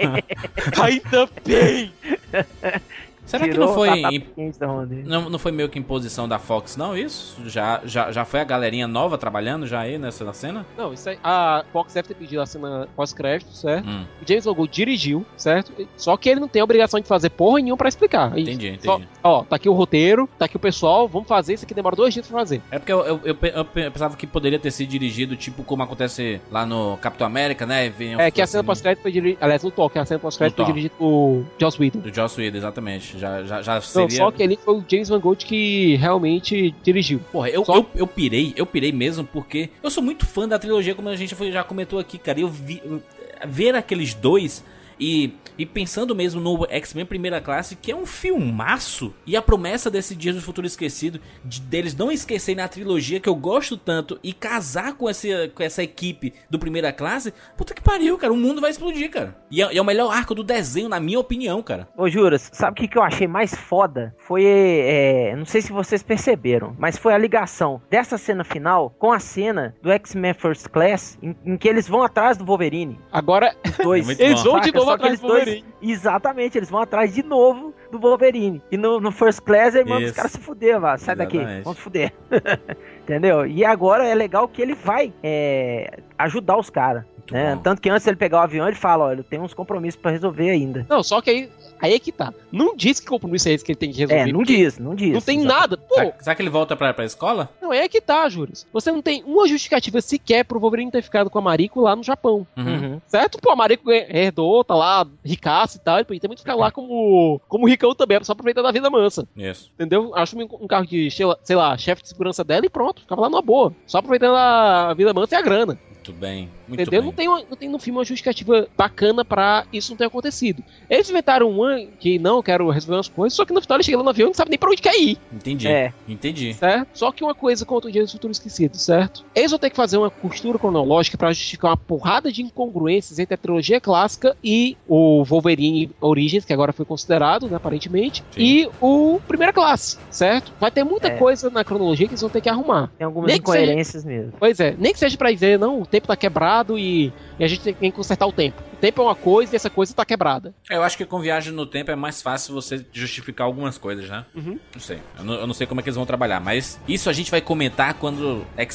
Ainda bem! Será que Tirou não foi, a batata em- quente da onda dele. não, não foi meio que imposição da Fox, não, isso? Já, já, já foi a galerinha nova trabalhando já aí nessa cena? Não, isso aí, a Fox deve ter pedido a cena pós-crédito, certo? Hum, O James Van Gogh dirigiu, certo? Só que ele não tem a obrigação de fazer porra nenhuma pra explicar. Isso. entendi, Só- entendi. ó, tá aqui o roteiro, tá aqui o pessoal, vamos fazer, isso aqui demora dois dias pra fazer. É porque eu, eu, eu pe- eu pe- pensava que poderia ter sido dirigido, tipo como acontece lá no Capitão América, né? Vem É que a cena assim, pós-crédito foi dirigida, aliás, no toque, a cena pós-crédito No foi Thor. dirigida por Joss Whedon. do Joss Whedon, exatamente. Já, já, já Não, seria... só que ali foi o James Van Gogh que realmente dirigiu. Porra, eu, Só- eu, eu pirei, eu pirei mesmo porque eu sou muito fã da trilogia, como a gente foi- já comentou aqui, cara. Eu vi, eu- ver aqueles dois e, e pensando mesmo no X-Men Primeira Classe, que é um filmaço, e a promessa desse Dias do Futuro Esquecido, de, deles não esquecerem a trilogia que eu gosto tanto e casar com essa, com essa equipe do Primeira Classe, puta que pariu, cara, o mundo vai explodir, cara. E é, é o melhor arco do desenho, na minha opinião, cara. Ô, Juras, sabe o que, que eu achei mais foda? Foi, é, não sei se vocês perceberam, mas foi a ligação dessa cena final com a cena do X-Men First Class, em, em que eles vão atrás do Wolverine. Agora, Os dois. É muito eles bom. vão de Saca? novo Só que atrás eles do dois- Wolverine. Exatamente, eles vão atrás de novo do Wolverine. E no, no First Class, ele manda os Isso. caras se fuder, vá. Sai daqui, Exatamente. vamos se fuder. Entendeu? E agora é legal que ele vai é, ajudar os caras. Muito Né? bom. Tanto que antes ele pegar o avião, ele fala, olha, eu tenho uns compromissos pra resolver ainda. Não, só que aí, aí é que tá. Não diz que compromisso é esse que ele tem que resolver. É, não porque diz, não diz. Não tem Exato. nada. Pô, Será, será que ele volta pra, pra escola? não é que tá, Juras. Você não tem uma justificativa sequer pro Wolverine ter ficado com a Mariko lá no Japão. Uhum. Uhum. Certo? Pô, a Mariko herdou, tá lá, ricaça e tal. Ele podia também ficar lá como, como ricão também, só aproveitando a vida mansa. Isso. Entendeu? Acho um um carro de, sei lá- sei lá, chefe de segurança dela e pronto. Ficava lá numa boa. Só aproveitando a vida mansa e a grana. Muito bem, muito Entendeu? bem. Não tem, uma- não tem no filme uma justificativa bacana pra isso não ter acontecido. Eles inventaram uma que não, quero resolver umas coisas, só que no final ele chega lá no avião e não sabe nem pra onde quer ir, Entendi, É. entendi. certo? Só que uma coisa contra o Dia do Futuro Esquecido, certo? Eles vão ter que fazer uma costura cronológica pra justificar uma porrada de incongruências entre a trilogia clássica e o Wolverine Origins, que agora foi considerado, né, aparentemente, Sim. e o Primeira Classe, certo? Vai ter muita É. coisa na cronologia que eles vão ter que arrumar. Tem algumas Nem que seja- incoerências mesmo. Pois é, nem que seja pra dizer, não, o tempo tá quebrado e, e a gente tem que consertar o tempo. O tempo é uma coisa e essa coisa tá quebrada. Eu acho que com viagem no tempo é mais fácil você justificar algumas coisas, né? Uhum. Não sei. Eu não, eu não sei como é que eles vão trabalhar, mas isso a gente vai comentar quando X-Men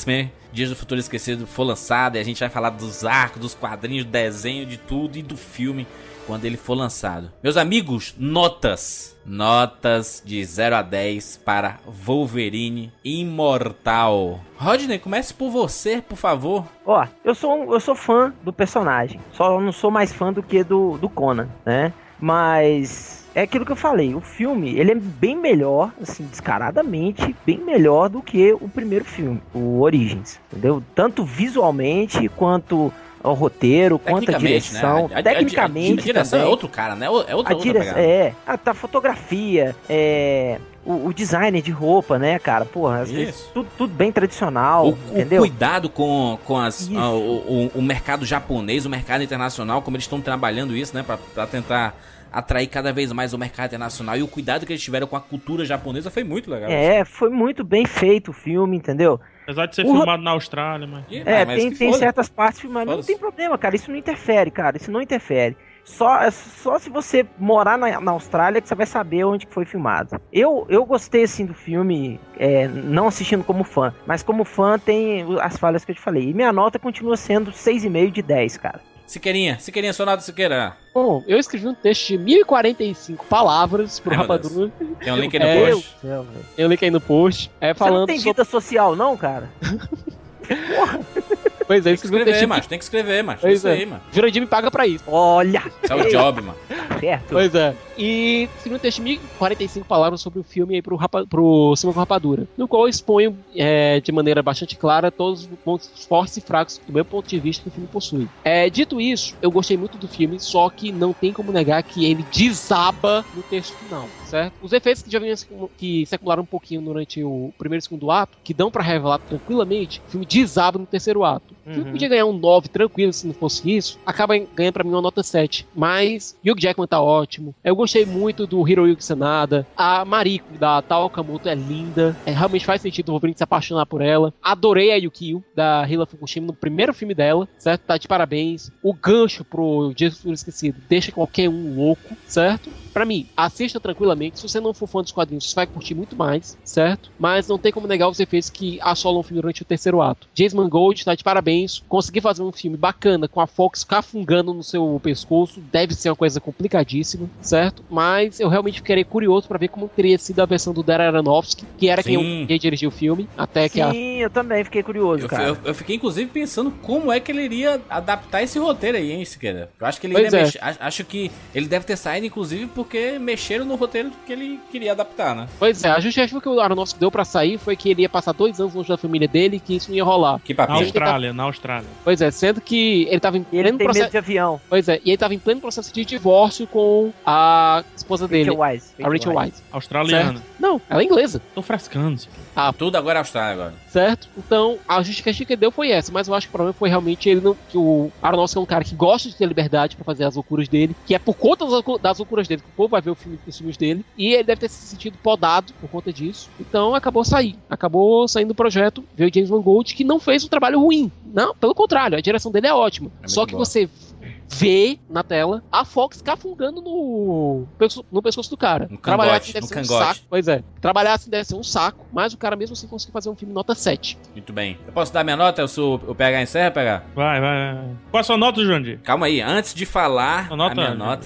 Dias do Futuro Esquecido for lançado, e a gente vai falar dos arcos, dos quadrinhos, do desenho, de tudo e do filme quando ele for lançado. Meus amigos, notas. Notas de zero a dez para Wolverine Imortal. Rodney, comece por você, por favor. Ó, eu sou, um, eu sou fã do personagem. Só não sou mais fã do que do, do Conan, né? Mas é aquilo que eu falei. O filme, ele é bem melhor, assim, descaradamente, bem melhor do que o primeiro filme, o Origins, entendeu? Tanto visualmente quanto o roteiro, quanto a direção, né? a, a, tecnicamente a, a, a direção também. é outro cara, né? É outra, a outra direção, pegada. É, a, a fotografia, é, o, o design de roupa, né, cara? Porra, às vezes tudo, tudo bem tradicional, o, entendeu? O cuidado com, com as, a, o, o, o mercado japonês, o mercado internacional, como eles estão trabalhando isso, né? Pra, pra tentar atrair cada vez mais o mercado internacional, e o cuidado que eles tiveram com a cultura japonesa foi muito legal. É, assim. Foi muito bem feito o filme, entendeu? Apesar de ser o filmado na Austrália, mas... É, mas tem, tem certas partes filmadas, mas não tem problema, cara, isso não interfere, cara, isso não interfere. Só, só se você morar na, na Austrália que você vai saber onde que foi filmado. Eu, eu gostei, assim, do filme, é, não assistindo como fã, mas como fã tem as falhas que eu te falei. E minha nota continua sendo seis vírgula cinco de dez, cara. Siqueirinha, Siqueirinha, sua nota, Siqueira. Bom, eu escrevi um texto de mil e quarenta e cinco palavras pro Rapadura. Tem um link aí no é, post. Eu, tem um link aí no post. É, falando Você não tem sobre... vida social, não, cara? Porra. Pois é, tem que escrever, macho, tem que escrever, macho. Pois isso é. aí, mano. Jurandir me paga pra isso. Olha! Isso é o job, mano. Certo. Pois é. E escrevi um texto de mil e quarenta e cinco palavras sobre o filme aí pro, rapa, pro Cinema com Rapadura, no qual eu exponho é, de maneira bastante clara todos os pontos fortes e fracos do meu ponto de vista que o filme possui. É, dito isso, eu gostei muito do filme, só que não tem como negar que ele desaba no texto final, certo? Os efeitos que já vinham que se acumularam um pouquinho durante o primeiro e segundo ato, que dão pra revelar tranquilamente, o filme desaba no terceiro ato. O filme uhum. podia ganhar um nove tranquilo se não fosse isso, acaba ganhando pra mim uma nota sete. Mas Hugh Jackman tá ótimo. Eu gostei muito do Hiroyuki Sanada. A Mariko da Tao Okamoto é linda. É, realmente faz sentido o Wolverine se apaixonar por ela. Adorei a Yukio da Hila Fukushima no primeiro filme dela, certo? Tá de parabéns. O gancho pro Dias do Futuro Esquecido deixa qualquer um louco, certo? Pra mim, assista tranquilamente. Se você não for fã dos quadrinhos, você vai curtir muito mais, certo? Mas não tem como negar os efeitos que assolam o filme durante o terceiro ato. James Mangold tá de parabéns. Conseguir fazer um filme bacana com a Fox cafungando no seu pescoço deve ser uma coisa complicadíssima, certo? Mas eu realmente ficaria curioso pra ver como teria sido a versão do Darren Aronofsky, que era Sim. quem ia dirigir o filme. Até Sim, que a... eu também fiquei curioso, eu, cara. Eu, eu fiquei, inclusive, pensando como é que ele iria adaptar esse roteiro aí, hein, Siqueira? Eu acho que ele pois iria é. mexer. Acho que ele deve ter saído, inclusive, porque mexeram no roteiro que ele queria adaptar, né? Pois é, a justificativa que o Aronofsky deu pra sair foi que ele ia passar dois anos longe da família dele e que isso não ia rolar. Que papinho. Na Austrália, tá... na Austrália. Pois é, sendo que ele tava em pleno ele tem processo... medo de avião. Pois é, e ele tava em pleno processo de divórcio com a esposa dele, Rachel Weisz. a Rachel Weisz. Australiana. Certo? Não, ela é inglesa. Tô frescando. Ah, tudo agora é Austrália agora. Certo? Então, a justificativa que ele deu foi essa, mas eu acho que o problema foi realmente ele não, que o Aronofsky é um cara que gosta de ter liberdade pra fazer as loucuras dele, que é por conta das, das loucuras dele que o povo vai ver o filme, os filmes dele, e ele deve ter se sentido podado por conta disso. Então, acabou saindo. Acabou saindo do projeto, veio o James Mangold, que não fez um trabalho ruim. Não, pelo contrário, a direção dele é ótima. É Só que boa. Você vê na tela a Fox cafungando no, no pescoço do cara. No Trabalhar cangote, assim deve no ser cangote. um saco. Pois é. Trabalhar assim deve ser um saco, mas o cara mesmo assim conseguiu fazer um filme nota sete. Muito bem. Eu posso dar minha nota? Eu sou o P H encerra, P H? Vai, vai, vai. Qual a sua nota, Jandir? Calma aí, antes de falar a, nota, a minha nota...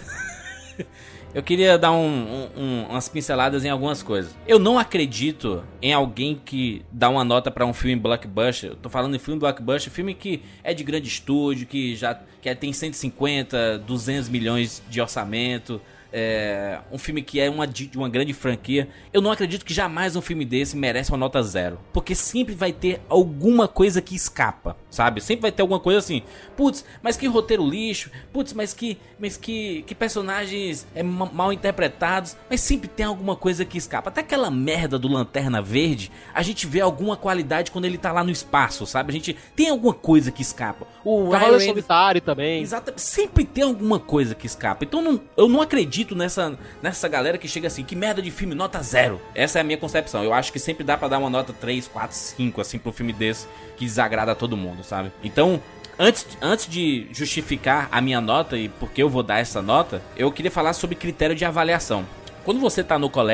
Eu queria dar um, um, um, umas pinceladas em algumas coisas. Eu não acredito em alguém que dá uma nota pra um filme blockbuster. Eu tô falando em filme blockbuster, filme que é de grande estúdio, que já que tem cento e cinquenta, duzentos milhões de orçamento. É, um filme que é uma, de uma grande franquia. Eu não acredito que jamais um filme desse merece uma nota zero. Porque sempre vai ter alguma coisa que escapa, sabe? Sempre vai ter alguma coisa assim. Putz, mas que roteiro lixo. Putz, mas que, mas que, que personagens é, mal interpretados. Mas sempre tem alguma coisa que escapa. Até aquela merda do Lanterna Verde, a gente vê alguma qualidade quando ele tá lá no espaço, sabe? A gente tem alguma coisa que escapa. O Cavaleiro Solitário também. Exatamente. Sempre tem alguma coisa que escapa. Então não, eu não acredito Nessa, nessa galera que chega assim, que merda de filme, nota zero. Essa é a minha concepção. Eu acho que sempre dá pra dar uma nota três, quatro, cinco, assim, pro filme desse, que desagrada a todo mundo, sabe? Então, antes, antes de justificar a minha nota e por que eu vou dar essa nota, eu queria falar sobre critério de avaliação. Quando você tá no colégio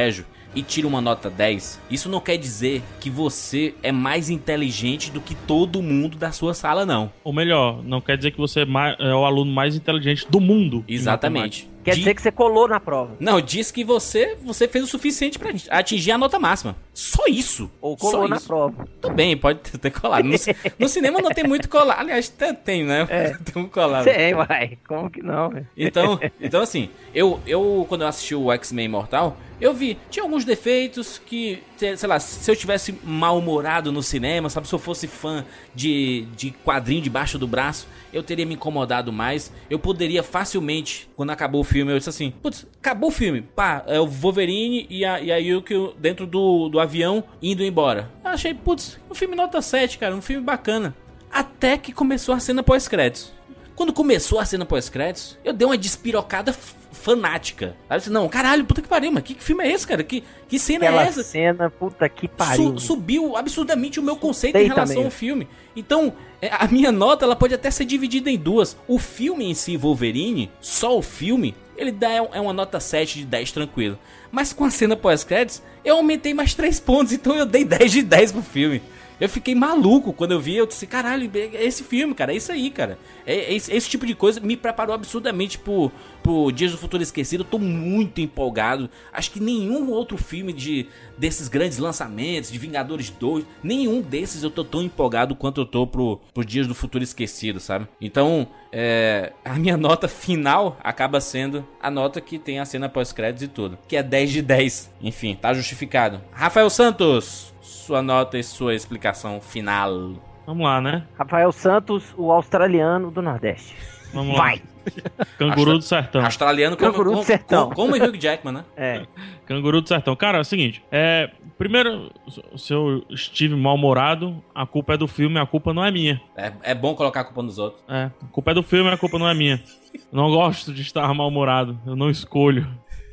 e tira uma nota dez, isso não quer dizer que você é mais inteligente do que todo mundo da sua sala, não. Ou melhor, não quer dizer que você é, mais, é o aluno mais inteligente do mundo. Exatamente. Quer dizer que você colou na prova. Não, diz que você, você fez o suficiente pra atingir a nota máxima. Só isso. Ou colou Só na isso. prova. Tudo bem, pode ter colado. No, no cinema não tem muito colar. Aliás, tem, tem né? É. Tem um colado. Tem, uai. Como que não? Véio? Então, então assim, eu, eu quando eu assisti o X-Men Imortal, eu vi, tinha alguns defeitos que, sei lá, se eu tivesse mal-humorado no cinema, sabe, se eu fosse fã de, de quadrinho debaixo do braço, eu teria me incomodado mais. Eu poderia facilmente, quando acabou o filme, eu disse assim, putz, acabou o filme, pá, é o Wolverine e a, e a Yukio dentro do, do avião indo embora. Eu achei, putz, um filme nota sete, cara, um filme bacana. Até que começou a cena pós-créditos. Quando começou a cena pós-créditos, eu dei uma despirocada f- fanática. Aí eu disse, não, caralho, puta que pariu, mas que, que filme é esse, cara? Que, que cena Aquela é essa? cena, puta que pariu. Su- subiu absurdamente o meu conceito Sei em relação também. ao filme. Então, é, a minha nota ela pode até ser dividida em duas. O filme em si, Wolverine, só o filme, ele dá é uma nota sete de dez tranquilo. Mas com a cena pós-créditos, eu aumentei mais três pontos, então eu dei dez de dez pro filme. Eu fiquei maluco quando eu vi, eu disse, caralho, é esse filme, cara, é isso aí, cara. É, é esse, esse tipo de coisa me preparou absurdamente pro, pro Dias do Futuro Esquecido. Eu tô muito empolgado. Acho que nenhum outro filme de, desses grandes lançamentos, de Vingadores dois, nenhum desses eu tô tão empolgado quanto eu tô pro, pro Dias do Futuro Esquecido, sabe? Então, é, a minha nota final acaba sendo a nota que tem a cena pós-créditos e tudo, que é dez de dez. Enfim, tá justificado. Rafael Santos, sua nota e sua explicação final. Vamos lá, né? Rafael Santos, o australiano do Nordeste. Vamos Vai. lá. Canguru do Sertão. Australiano como, Canguru do como, Sertão. como, como o Hugh Jackman, né? É. Canguru do Sertão. Cara, é o seguinte. É, primeiro, se eu estive mal-humorado, a culpa é do filme, a culpa não é minha. É, é bom colocar a culpa nos outros. É, a culpa é do filme, a culpa não é minha. Eu não gosto de estar mal-humorado. Eu não escolho.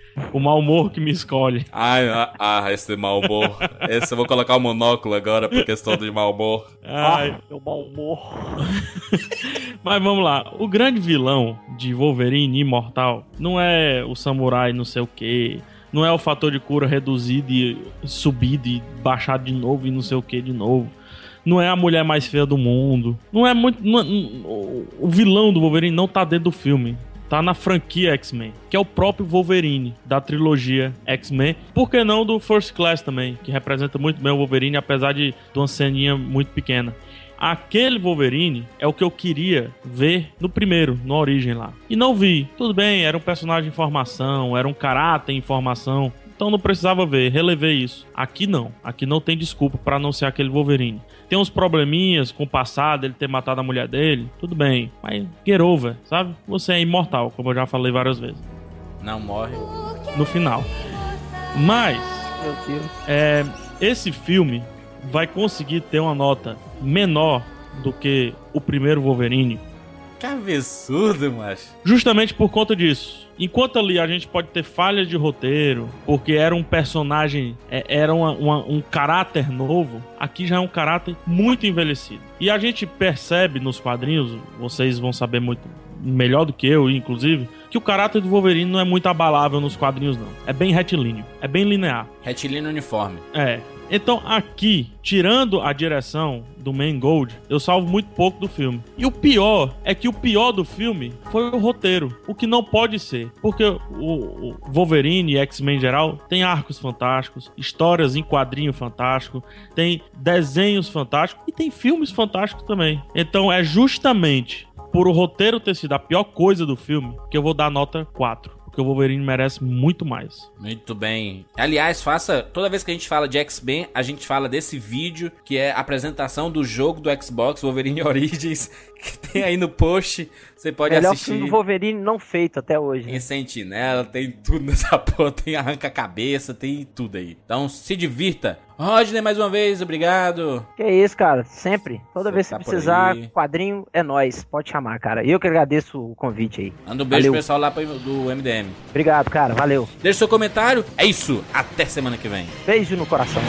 O mau humor que me escolhe. Ai, ah, ah, esse mau humor. Esse eu vou colocar o monóculo agora por questão de mau humor. Ai, Ah, meu mau humor. Mas vamos lá. O grande vilão de Wolverine Imortal não é o samurai não sei o que, não é o fator de cura reduzido e subido e baixado de novo e não sei o que de novo. Não é a mulher mais feia do mundo. Não é muito... Não é, o vilão do Wolverine não tá dentro do filme. Tá na franquia X-Men, que é o próprio Wolverine da trilogia X-Men. Por que não do First Class também, que representa muito bem o Wolverine, apesar de, de uma ceninha muito pequena. Aquele Wolverine é o que eu queria ver no primeiro, na origem lá. E não vi. Tudo bem, era um personagem em formação, era um caráter em formação. Então não precisava ver, relevei isso. Aqui não. Aqui não tem desculpa pra não ser aquele Wolverine. Tem uns probleminhas com o passado, ele ter matado a mulher dele. Tudo bem. Mas get over, sabe? Você é imortal, como eu já falei várias vezes. Não morre. No final. Mas, Meu Deus. é, esse filme vai conseguir ter uma nota menor do que o primeiro Wolverine. Que absurdo, macho. Justamente por conta disso. Enquanto ali a gente pode ter falhas de roteiro, porque era um personagem, é, era uma, uma, um caráter novo, aqui já é um caráter muito envelhecido. E a gente percebe nos quadrinhos, vocês vão saber muito melhor do que eu, inclusive, que o caráter do Wolverine não é muito abalável nos quadrinhos, não. É bem retilíneo, é bem linear. Retilíneo uniforme. É. Então aqui, tirando a direção do Mangold, eu salvo muito pouco do filme. E o pior é que o pior do filme foi o roteiro, o que não pode ser, porque o, o Wolverine e X-Men em geral tem arcos fantásticos, histórias em quadrinho fantástico, tem desenhos fantásticos e tem filmes fantásticos também. Então é justamente por o roteiro ter sido a pior coisa do filme que eu vou dar nota quatro. Porque o Wolverine merece muito mais. Muito bem. Aliás, faça... Toda vez que a gente fala de X-Men, a gente fala desse vídeo, que é a apresentação do jogo do Xbox, Wolverine Origins, que tem aí no post. Você pode Melhor assistir. filme do Wolverine não feito até hoje. Em Né? Sentinela, tem tudo nessa porra. Tem arranca-cabeça, tem tudo aí. Então, se divirta. Rodney, mais uma vez, obrigado. Que isso, cara. Sempre. Toda Você vez que tá por precisar, aí. quadrinho é nóis. Pode chamar, cara. Eu que agradeço o convite aí. Manda um beijo Valeu. pro pessoal lá do M D M. Obrigado, cara. Valeu. Deixe seu comentário. É isso. Até semana que vem. Beijo no coração.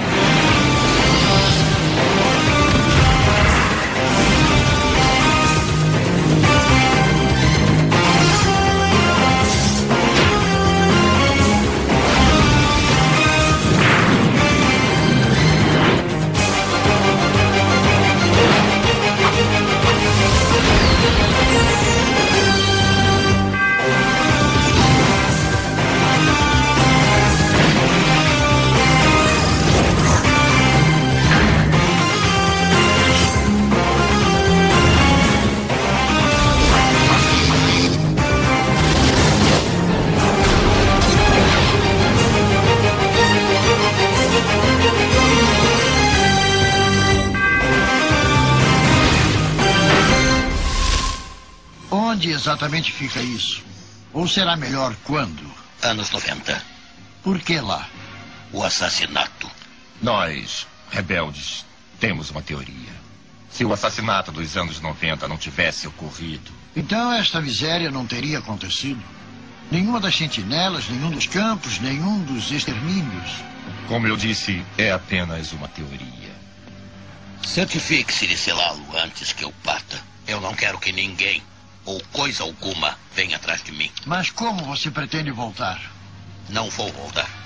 Onde exatamente fica isso? Ou será melhor quando? Anos noventa. Por que lá? O assassinato. Nós, rebeldes, temos uma teoria. Se o assassinato dos anos noventa não tivesse ocorrido... Então esta miséria não teria acontecido? Nenhuma das sentinelas, nenhum dos campos, nenhum dos extermínios. Como eu disse, é apenas uma teoria. Certifique-se de selá-lo antes que eu parta. Eu não quero que ninguém, ou coisa alguma, venha atrás de mim. Mas como você pretende voltar? Não vou voltar.